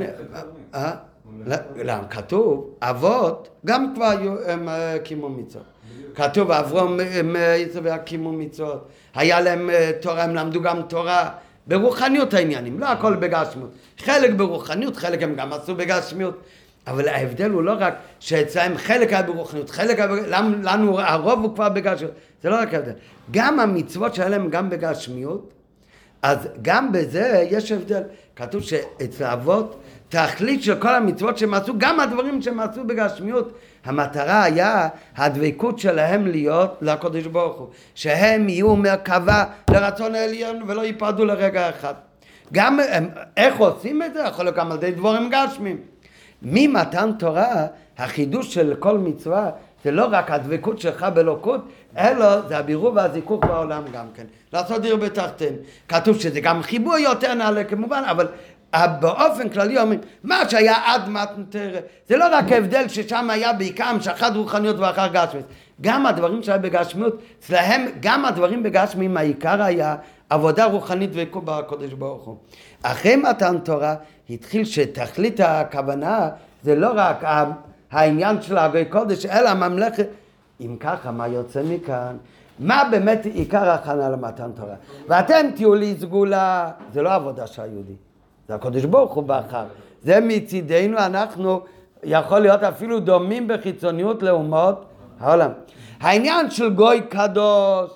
כתוב אבות גם כבר הם קימו מצוות, כתוב אברהם קימו מצוות, היה להם תורה, הם למדו גם תורה ברוחניות העניינים, לא הכל בגשמיות, חלק ברוחניות, חלק הם גם עשו בגשמיות, אבל ההבדל הוא לא רק שאצלהם חלק היה ברוחניות, חלק היה, לנו הרוב הוא כבר בגשמיות, זה לא רק ההבדל, גם המצוות שלהם גם בגשמיות, אז גם בזה יש הבדל. כתוב שאצל האבות תכלית של כל המצוות שהם עשו, גם הדברים שהם עשו בגשמיות, המטרה היה הדבקות שלהם להיות לקדוש ברוך הוא, שהם יהיו מרכבה לרצון העליון ולא ייפרדו לרגע אחד. גם איך עושים את זה? יכול להיות גם על ידי דברים גשמיים. ממתן תורה החידוש של כל מצווה זה לא רק הדבקות שלך באלוקות, אלא זה הבירור והזיכוך בעולם גם כן. לעשות דיר בתחתן. כתוב שזה גם חיבור יותר נעלה כמובן, אבל באופן כללי אומרים, מה שהיה עד מתן תורה, זה לא רק הבדל ששם היה בעיקר המשכת רוחניות ואחר גשמיות. גם הדברים שהיה בגשמיות, אצלהם גם הדברים בגשמיים העיקר היה עבודה רוחנית ועיקוב בקודש ברוך הוא. אחרי מתן תורה התחיל שתכלית הכוונה זה לא רק העניין של הגוי קודש, אלא הממלכת. אם ככה, מה יוצא מכאן? מה באמת עיקר ההכנה למתן תורה? ואתם תהיו לי סגולה, זה לא עבודה של היהודי, זה הקודש ברוך הוא בחר. זה מצידנו, אנחנו יכול להיות אפילו דומים בחיצוניות לאומות העולם. העניין של גוי קדוש,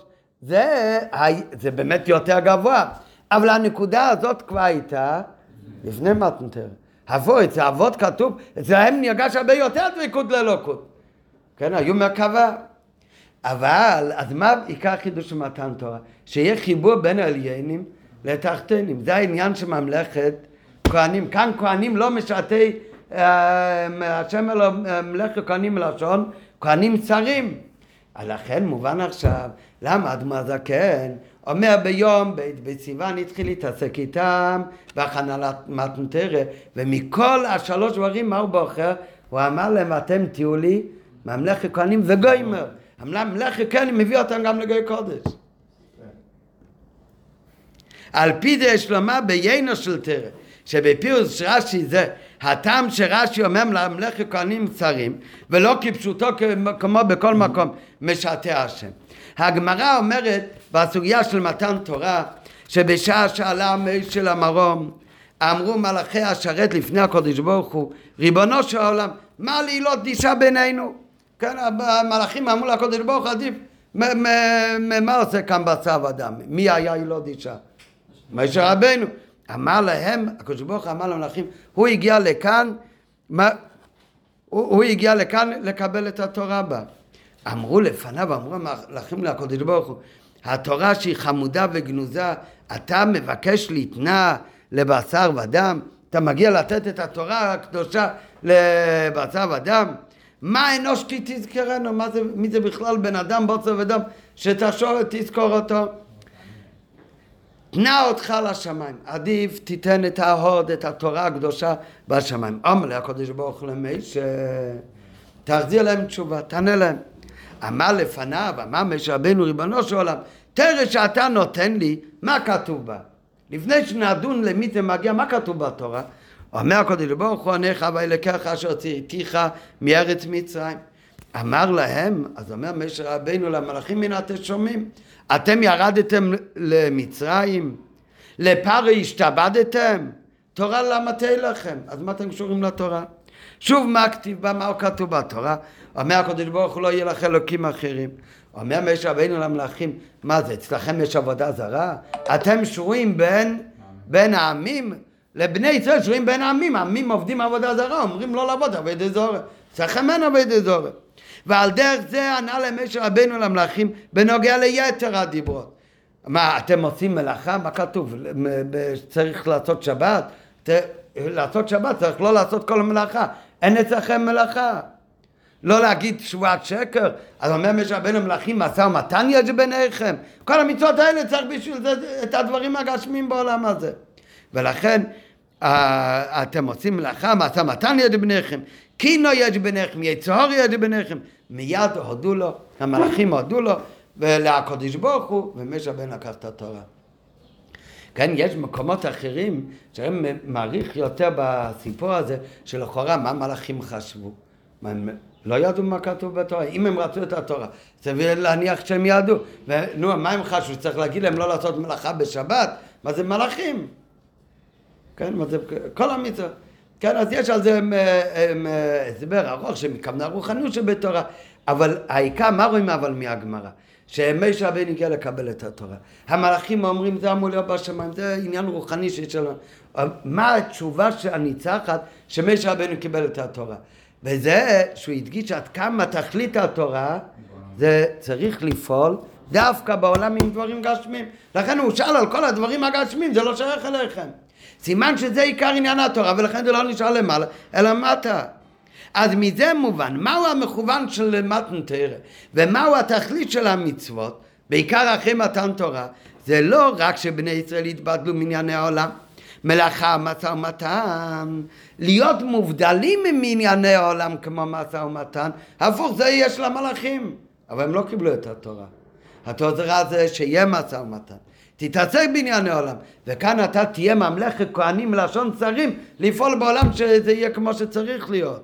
זה באמת יותר גבוה, אבל הנקודה הזאת כבר הייתה לפני מתן תורה. אצל אבות כתוב, אצלהם נרגש הרבה יותר דבקות לאלוקות. כן, היו מרכבה. אבל, אז מה עיקר חידוש של מתן תורה? שיהיה חיבור בין העליינים לתחתינים. זה העניין של ממלכת כהנים. כאן כהנים לא משרתי, השם אלו ממלכת כהנים מלשון, כהנים צרים. לכן מובן עכשיו, למה אדמו"ר הזקן אומר ביום בסיוון התחיל להתעסק איתם בהכנה למתן תורה, ומכל השלוש דברים מה הוא בוחר? הוא אמר להם, אתם תהיו לי ממלכת כהנים וגוימר. הממלכת כהנים מביא אותם גם לגוי קודש. על פי זה יש לומר בעיינו של תורה, שבפירוש רש"י זה הטעם שרש"י אומר לממלכת כהנים צרים, ולא כפשוטו כמו בכל מקום משרתי השם. הגמרא אומרת בסוגיה של מתן תורה, שבשעה שעלה המאיש של המרום, אמרו מלאכי השרת לפני הקדוש ברוך הוא, ריבונו של העולם, מה לעילות דישה בינינו? כן, המלאכים אמרו לקדוש ברוך הוא, עדיף, מה עושה כאן בשר ודם? מי היה עילות דישה? משה רבנו. אמר להם, הקדוש ברוך הוא אמר למלאכים, הוא הגיע לכאן לקבל את התורה בה. אמרו לפניו, אמרו המלאכים לקדוש ברוך הוא, התורה שהיא חמודה וגנוזה, אתה מבקש להתנה לבשר ודם? אתה מגיע לתת את התורה הקדושה לבשר ודם? מה אנוש כי תזכרנו? מי זה בכלל בן אדם בוצר ודם שתשור תזכור אותו? תנה אותך לשמיים, עדיף תיתן את ההוד, את התורה הקדושה בשמיים. אומר לה הקדוש ברוך הוא למשה, תחזיר להם תשובה, תענה להם. אמר לפניו, אמר משה רבנו ריבונו של עולם, תראה שאתה נותן לי, מה כתוב בה? לפני שנדון למי זה מגיע, מה כתוב בתורה? אומר הקדוש ברוך הוא, עניך ואלוקיך אשר הוצאתיך מארץ מצרים. אמר להם, אז אומר משה רבנו למלאכים, הנה אתם שומעים, אתם ירדתם למצרים, לפרעה השתעבדתם, תורה למה תהיה לכם? אז מה אתם קשורים לתורה? שוב מה כתיב בה, מה כתוב בתורה? אומר הקדוש ברוך הוא, לא יהיה לך אלוקים אחרים. אומר משה רבנו למלאכים, מה זה, אצלכם יש עבודה זרה? אתם שרויים בין העמים, לבני ישראל שרויים בין העמים, העמים עובדים עבודה זרה, אומרים לא לעבוד עבודה זרה, אצלכם אין עבודה זרה. ועל דרך זה ענה למשה רבנו למלאכים בנוגע ליתר הדיברות. מה, אתם עושים מלאכה? מה כתוב? צריך לעשות שבת? לעשות שבת צריך לא לעשות כל מלאכה. אין אצלכם מלאכה. לא להגיד שבועת שקר. אז אומר משה רבנו למלאכים, משא ומתן יש ביניכם. כל המצוות האלה צריך בשביל זה את הדברים הגשמיים בעולם הזה. ולכן אתם עושים מלאכה, משא ומתן יש ביניכם. קינו יש ביניכם, יצהר יש ביניכם. מיד הודו לו, המלאכים הודו לו, ולקדוש ברוך הוא, ומשה רבנו לקח את התורה. כן, יש מקומות אחרים שהם מעריך יותר בסיפור הזה, שלכאורה מה המלאכים חשבו. הם לא ידעו מה כתוב בתורה, אם הם רצו את התורה, צריך להניח שהם ידעו. ונו, מה הם חשבו? צריך להגיד להם לא לעשות מלאכה בשבת? מה זה מלאכים? כן, מה זה כל המצוות. כן, אז יש על זה הסבר ארוך שמכוונה רוחניות שבתורה, אבל העיקר, מה רואים אבל מהגמרא? שמשה רבנו הגיע לקבל את התורה. המלאכים אומרים, זה אמור להיות בשמיים, זה עניין רוחני שיש לנו. מה התשובה הניצחת שמשה רבנו קיבל את התורה? וזה שהוא הדגיש עד כמה תכלית התורה, זה צריך לפעול דווקא בעולם עם דברים גשמים. לכן הוא שאל על כל הדברים הגשמים, זה לא שייך אליכם. סימן שזה עיקר עניין התורה, ולכן זה לא נשאר למעלה, אלא מטה. אז מזה מובן, מהו המכוון של מתן תורה, ומהו התכלית של המצוות, בעיקר אחרי מתן תורה, זה לא רק שבני ישראל יתבדלו מענייני העולם, מלאכה, משא ומתן, להיות מובדלים מענייני העולם כמו משא ומתן, הפוך זה יש למלאכים, אבל הם לא קיבלו את התורה. התורה זה שיהיה משא ומתן. תתעסק בענייני העולם, וכאן אתה תהיה ממלכת כהנים מלשון שרים, לפעול בעולם שזה יהיה כמו שצריך להיות.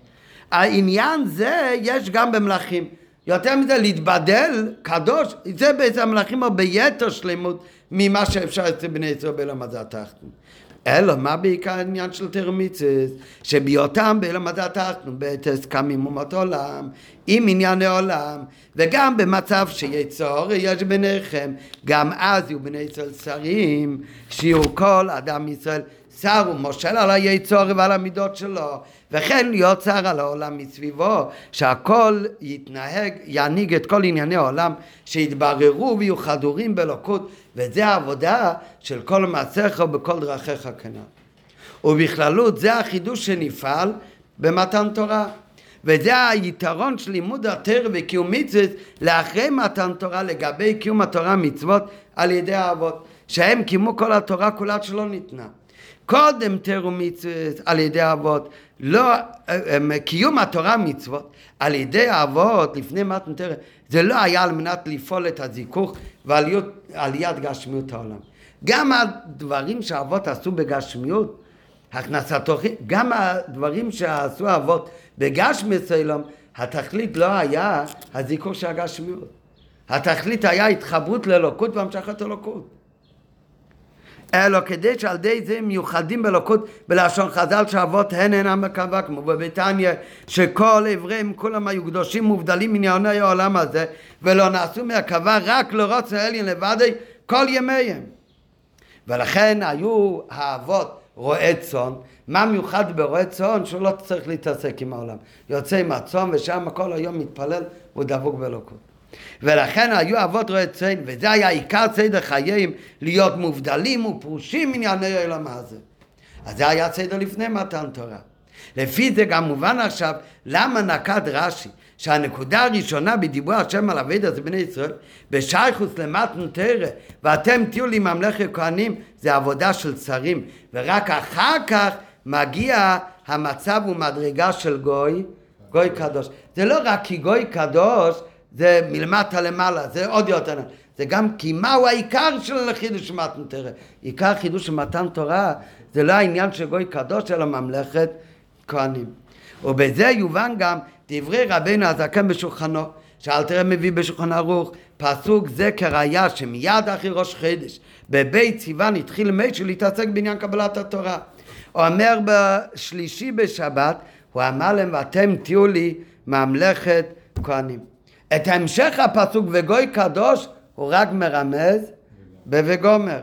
העניין זה יש גם במלאכים, יותר מזה להתבדל, קדוש, זה בעצם המלאכים או ביתר שלמות ממה שאפשר אצל בני ישראל בעולם הזה התחתון. אלא מה בעיקר העניין של תורה ומצוות? שבהיותם בעולם הזה התחתון, בהסכמים אומות עולם, עם ענייני עולם, וגם במצב שיצור יש ביניכם, גם אז יהיו בני ישראל שרים, שיהיו כל אדם ישראל שר ומושל על היצור ועל המידות שלו, וכן להיות שר על העולם מסביבו, שהכל יתנהג, ינהיג את כל ענייני העולם, שיתבררו ויהיו חדורים באלוקות, וזה העבודה של כל מעשיך ובכל דרכיך כנ"ל. ובכללות זה החידוש שנפעל במתן תורה, וזה היתרון של לימוד התורה וקיום מצוות לאחרי מתן תורה לגבי קיום התורה מצוות על ידי האבות, שהם קימו כל התורה כולה שלא ניתנה. קודם תורה ומצוות על ידי האבות, לא, קיום התורה מצוות על ידי האבות לפני מתן תורה, זה לא היה על מנת לפעול את הזיכוך ועליית גשמיות העולם. גם הדברים שהאבות עשו בגשמיות, הכנסת אורחים, גם הדברים שעשו האבות בגשמיות העולם, התכלית לא היה הזיכוך של הגשמיות. התכלית היה התחברות לאלוקות והמשכת אלוקות. אלא כדי שעל די זה מיוחדים באלוקות בלשון חז"ל שהאבות הן אינם מקווה, כמו בביתניה שכל עבריהם כולם היו קדושים מובדלים מענייני העולם הזה ולא נעשו מהקווה רק לרוץ העליון לבדי כל ימיהם. ולכן היו האבות רועי צאן. מה מיוחד ברועי צאן? שהוא לא צריך להתעסק עם העולם, יוצא עם הצאן ושם כל היום מתפלל ודבוק באלוקות. ולכן היו אבות רועי צאן, וזה היה עיקר סדר חייהם, להיות מובדלים ופרושים מענייני העולם הזה. אז זה היה סדר לפני מתן תורה. לפי זה גם מובן עכשיו למה נקד רש"י שהנקודה הראשונה בדיבור השם על עבודת בני ישראל בשייכות למתן תורה ואתם תהיו לי ממלכת כהנים, זה עבודה של שרים, ורק אחר כך מגיע המצב ומדרגה של גוי קדוש. זה לא רק כי גוי קדוש זה מלמטה למעלה, זה עוד יותר, זה גם כי מהו העיקר של חידוש מתן תורה. עיקר חידוש מתן תורה זה לא העניין של גוי קדוש אלא ממלכת כהנים. ובזה יובן גם דברי רבינו הזקן בשולחנו, שאלתר רבי מביא בשולחן ערוך פסוק זה כראיה שמיד אחרי ראש חודש בבית סיוון התחיל מישהו להתעסק בעניין קבלת התורה. הוא אומר בשלישי בשבת, הוא אמר להם ואתם תהיו לי ממלכת כהנים. את המשך הפסוק וגוי קדוש הוא רק מרמז ב"וגומר".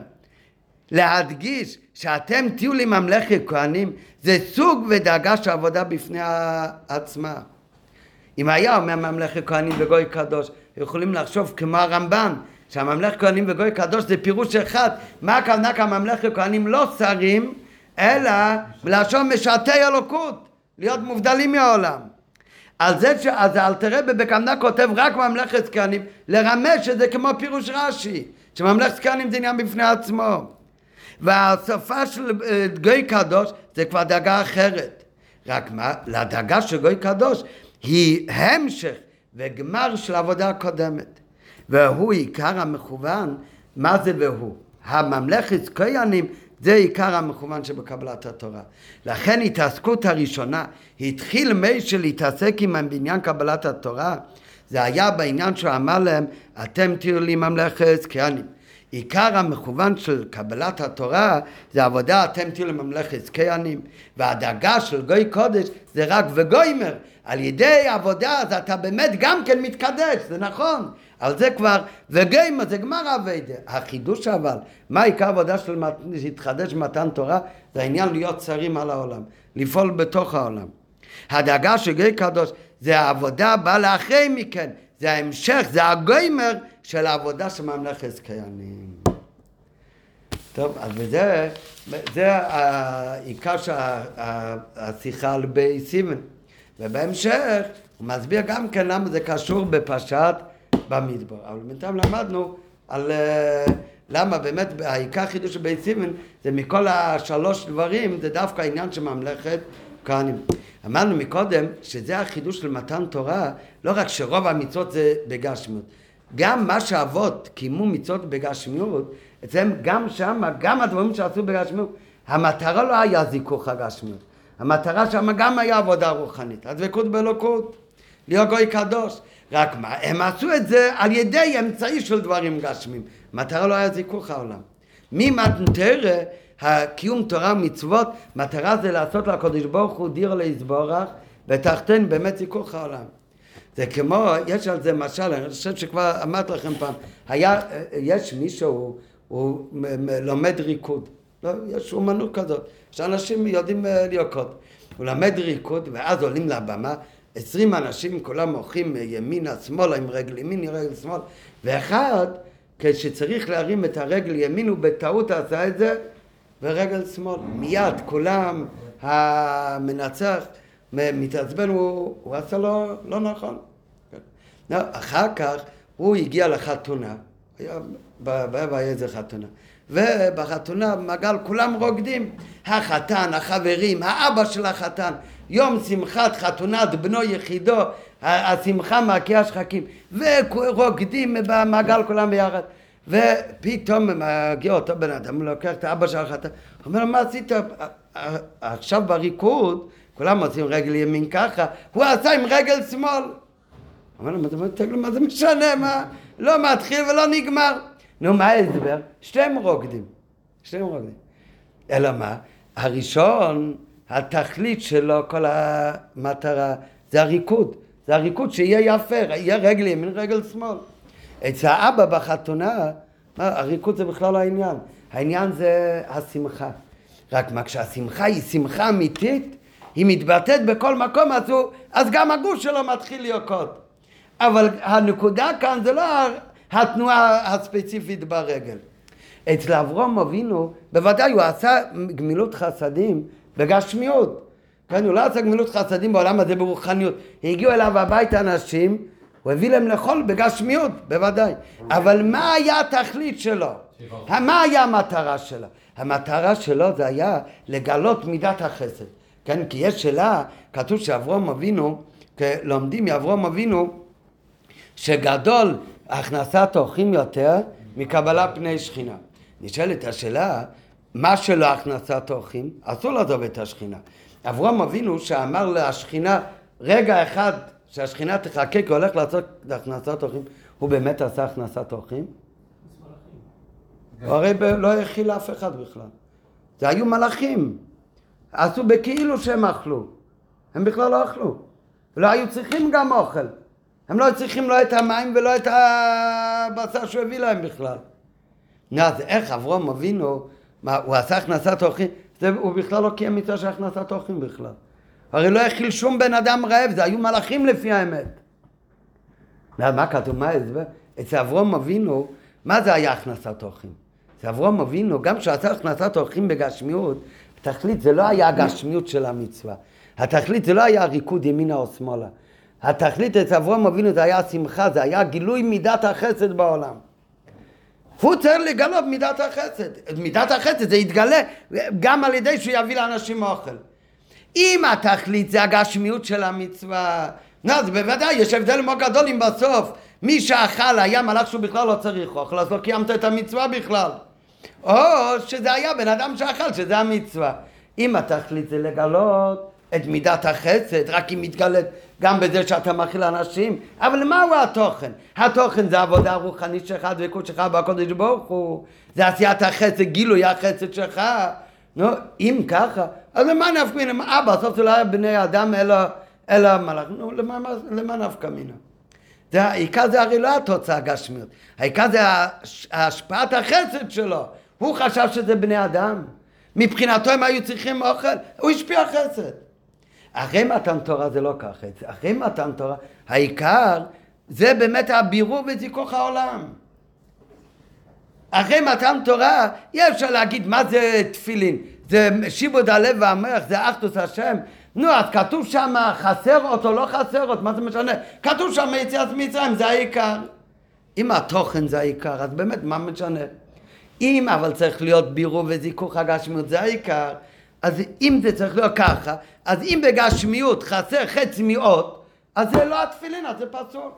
להדגיש שאתם תהיו לי ממלכת כהנים זה סוג ודאגה של עבודה בפני עצמה. אם היה אומר ממלכת כהנים וגוי קדוש, יכולים לחשוב כמו הרמב"ן שהממלכת כהנים וגוי קדוש זה פירוש אחד. מה הכוונה כממלכת כהנים לא שרים אלא מלשון משרתי אלוקות, להיות מובדלים מהעולם. על זה אז אלתר רבי בכוונה כותב רק ממלכת כהנים, לרמז שזה כמו פירוש רש"י שממלכת כהנים זה עניין בפני עצמו. והשפה של גוי קדוש זה כבר דאגה אחרת. רק מה? לדאגה של גוי קדוש היא המשך וגמר של העבודה הקודמת. והוא עיקר המכוון. מה זה והוא? הממלכת כהנים זה עיקר המכוון שבקבלת התורה. לכן התעסקות הראשונה התחיל מישהו להתעסק עם בעניין קבלת התורה. זה היה בעניין שהוא אמר להם אתם תהיו לי ממלכת כהנים. עיקר המכוון של קבלת התורה זה עבודה אתם תהיו לממלכת כהנים, והדאגה של גוי קודש זה רק וגוימר. על ידי עבודה אז אתה באמת גם כן מתקדש, זה נכון, על זה כבר וגוימר זה גמר עבודה. החידוש אבל מה עיקר העבודה של להתחדש מתן תורה? זה העניין להיות שרים על העולם, לפעול בתוך העולם. הדאגה של גוי קדוש זה העבודה באה לאחרי מכן, זה ההמשך, זה הגוימר של העבודה של ממלכת כהנים. טוב, אז זה העיקר של השיחה על בית סיוון. ובהמשך הוא מסביר גם כן למה זה קשור בפרשת במדבר. אבל בינתיים למדנו על למה באמת העיקר חידוש של בית סיוון זה מכל השלוש דברים, זה דווקא העניין של ממלכת כהנים. אמרנו מקודם שזה החידוש של מתן תורה, לא רק שרוב המצוות זה בגשמיות, גם מה שאבות קיימו מצוות בגשמיות, אצלם גם שם, גם הדברים שעשו בגשמיות, המטרה לא היה זיכוך הגשמיות, המטרה שם גם היה עבודה רוחנית, הדבקות באלוקות, להיות גוי קדוש. רק מה, הם עשו את זה על ידי אמצעי של דברים גשמיים, המטרה לא היה זיכוך העולם. ממתן תורה, הקיום תורה ומצוות, מטרה זה לעשות לקדוש ברוך הוא דיר להסבורך ותחתן באמת זיכוך העולם. זה כמו, יש על זה משל, אני חושב שכבר אמרתי לכם פעם, יש מישהו, הוא לומד ריקוד, לא, יש אומנות כזאת, שאנשים יודעים לרקוד, הוא למד ריקוד ואז עולים לבמה, 20 אנשים כולם מוחים ימינה שמאלה עם רגל ימין רגל שמאל, ואחד כשצריך להרים את הרגל ימין הוא בטעות עשה את זה ורגל שמאל, מיד כולם המנצח מתעצבן, הוא עשה לא נכון. אחר כך הוא הגיע לחתונה, היה איזה חתונה, ובחתונה במעגל כולם רוקדים, החתן, החברים, האבא של החתן, יום שמחת חתונת בנו יחידו, השמחה מהקיע שחקים, ורוקדים במעגל כולם ביחד. ופתאום מגיע אותו בן אדם, הוא לוקח את האבא של החתן, הוא אומר, מה עשית? עכשיו בריקוד, כולם עושים רגל ימין ככה, הוא עשה עם רגל שמאל. הוא אומר, מה זה משנה, מה? לא מתחיל ולא נגמר. נו, מה ההסבר? שתיהם רוקדים. אלא מה? הראשון, התכלית שלו, כל המטרה, זה הריקוד. זה הריקוד שיהיה יפה, יהיה רגל ימין, רגל שמאל. אצל האבא בחתונה, הריקוד זה בכלל העניין. העניין זה השמחה. רק מה, כשהשמחה היא שמחה אמיתית, היא מתבטאת בכל מקום, אז גם הגוף שלו מתחיל לרקוד. אבל הנקודה כאן זה לא התנועה הספציפית ברגל. אצל אברהם אבינו, בוודאי הוא עשה גמילות חסדים בגשמיות. כן, הוא לא עשה גמילות חסדים בעולם הזה ברוחניות. הגיעו אליו הביתה אנשים, הוא הביא להם לאכול בגשמיות, בוודאי. אבל מה היה התכלית שלו? מה היה המטרה שלו? המטרה שלו זה היה לגלות מידת החסד. כן, כי יש שאלה, כתוב שאברהם אבינו, לומדים מאברהם אבינו, שגדול הכנסת אורחים יותר מקבלה פני שכינה. נשאלת השאלה, מה שלא הכנסת אורחים? אסור לעזוב את השכינה. אברהם אבינו שאמר לשכינה, רגע אחד שהשכינה תחכה כי הוא הולך לעשות הכנסת אורחים, הוא באמת עשה הכנסת אורחים? הוא הרי לא הכיל אף אחד בכלל. זה היו מלאכים. עשו בכאילו שהם אכלו. הם בכלל לא אכלו. ולא היו צריכים גם אוכל. הם לא צריכים לא את המים ולא את הבשר שהוא הביא להם בכלל. אז איך אברהם אבינו, הוא עשה הכנסת אורחים? הוא בכלל לא קיים מצווה של הכנסת אורחים בכלל. הרי לא הכיל שום בן אדם רעב, זה היו מלאכים לפי האמת. מה כתוב? מה ההסבר? אצל אברהם אבינו, מה זה היה הכנסת אורחים? אצל אברהם אבינו, גם כשעשה הכנסת אורחים בגשמיות, התכלית זה לא היה הגשמיות של המצווה. התכלית זה לא היה ריקוד ימינה או שמאלה. התכלית אצל אברהם אבינו זה היה השמחה, זה היה גילוי מידת החסד בעולם. הוא צריך לגלות מידת החסד. מידת החסד זה יתגלה גם על ידי שהוא יביא לאנשים אוכל. אם התכלית זה הגשמיות של המצווה, אז בוודאי יש הבדל מאוד גדול אם בסוף מי שאכל היה מלאך שהוא בכלל לא צריך אוכל, אז לא קיימת את המצווה בכלל. או שזה היה בן אדם שאכל, שזה המצווה. אם התכלית זה לגלות את מידת החסד, רק אם מתגלת גם בזה שאתה מאכיל אנשים, אבל מהו התוכן? התוכן זה עבודה רוחנית שלך, דבקות שלך בקודש ברוך הוא, זה עשיית החסד, גילוי החסד שלך. נו, אם ככה, אז למה נפקא מינה? בסוף זה לא היה בני אדם אלא מלאך. נו, למה נפקא מינה? העיקר זה הרי לא התוצאה הגשמיות, העיקר זה השפעת החסד שלו. הוא חשב שזה בני אדם. מבחינתו הם היו צריכים אוכל, הוא השפיע חסד. אחרי מתן תורה זה לא ככה. אחרי מתן תורה, העיקר זה באמת הבירור וזיכוך העולם. אחרי מתן תורה, אי אפשר להגיד מה זה תפילין. זה שיבוד הלב והמוח, זה אחדות השם. נו, אז כתוב שם חסר אותו, לא חסר אותו, מה זה משנה? כתוב שם יציאת מצרים, זה העיקר. אם התוכן זה העיקר, אז באמת מה משנה? אם אבל צריך להיות בירור וזיכוך הגשמיות, זה העיקר. אז אם זה צריך להיות ככה, אז אם בגשמיות חסר חצי מאות, אז זה לא התפילין, אז זה פסול.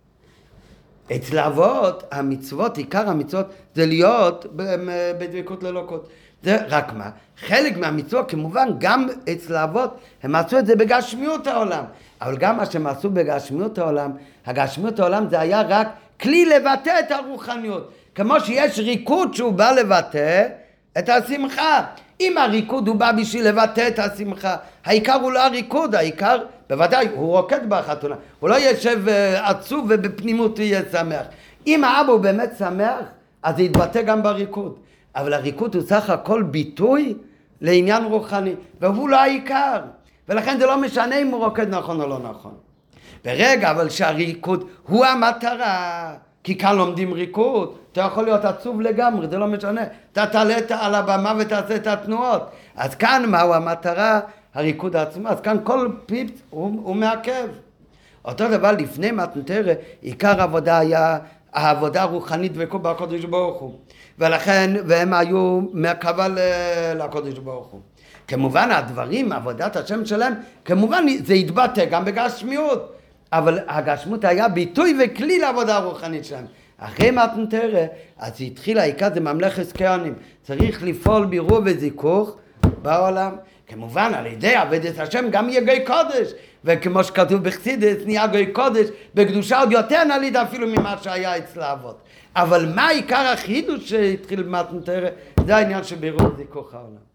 אצל אבות, המצוות, עיקר המצוות, זה להיות בדבקות ללוקות. זה רק מה? חלק מהמצוות, כמובן, גם אצל אבות, הם עשו את זה בגשמיות העולם. אבל גם מה שהם עשו בגשמיות העולם, הגשמיות העולם זה היה רק כלי לבטא את הרוחניות. כמו שיש ריקוד שהוא בא לבטא את השמחה. אם הריקוד הוא בא בשביל לבטא את השמחה, העיקר הוא לא הריקוד, העיקר, בוודאי, הוא רוקד בחתונה. הוא לא יושב עצוב ובפנימות יהיה שמח. אם האבא הוא באמת שמח, אז זה יתבטא גם בריקוד. אבל הריקוד הוא סך הכל ביטוי לעניין רוחני, והוא לא העיקר. ולכן זה לא משנה אם הוא רוקד נכון או לא נכון. ברגע אבל שהריקוד הוא המטרה, כי כאן לומדים ריקוד, אתה יכול להיות עצוב לגמרי, זה לא משנה. אתה תעלה על הבמה ותעשה את התנועות. אז כאן מהו המטרה? הריקוד עצמו. אז כאן כל פיפס הוא מעכב. אותו דבר לפני מתן תורה, עיקר העבודה היה העבודה הרוחנית בקודש ברוך הוא. ולכן, והם היו מעכבה לקודש ברוך הוא. כמובן הדברים, עבודת השם שלהם, כמובן זה התבטא גם בגשמיות. אבל הגשמות היה ביטוי וכלי לעבודה הרוחנית שלהם. אחרי מתן תורה, אז התחיל העיקר זה ממלכת כהנים. צריך לפעול בירור וזיכוך בעולם. כמובן על ידי עבודת השם גם יהיה גוי קודש. וכמו שכתוב בחסידות, נהיה גוי קודש בקדושה עוד יותר נליד אפילו ממה שהיה אצל האבות. אבל מה עיקר החידוש שהתחיל במתן תורה? זה העניין של בירור וזיכוך העולם.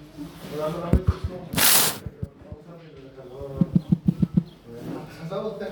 חזר אותך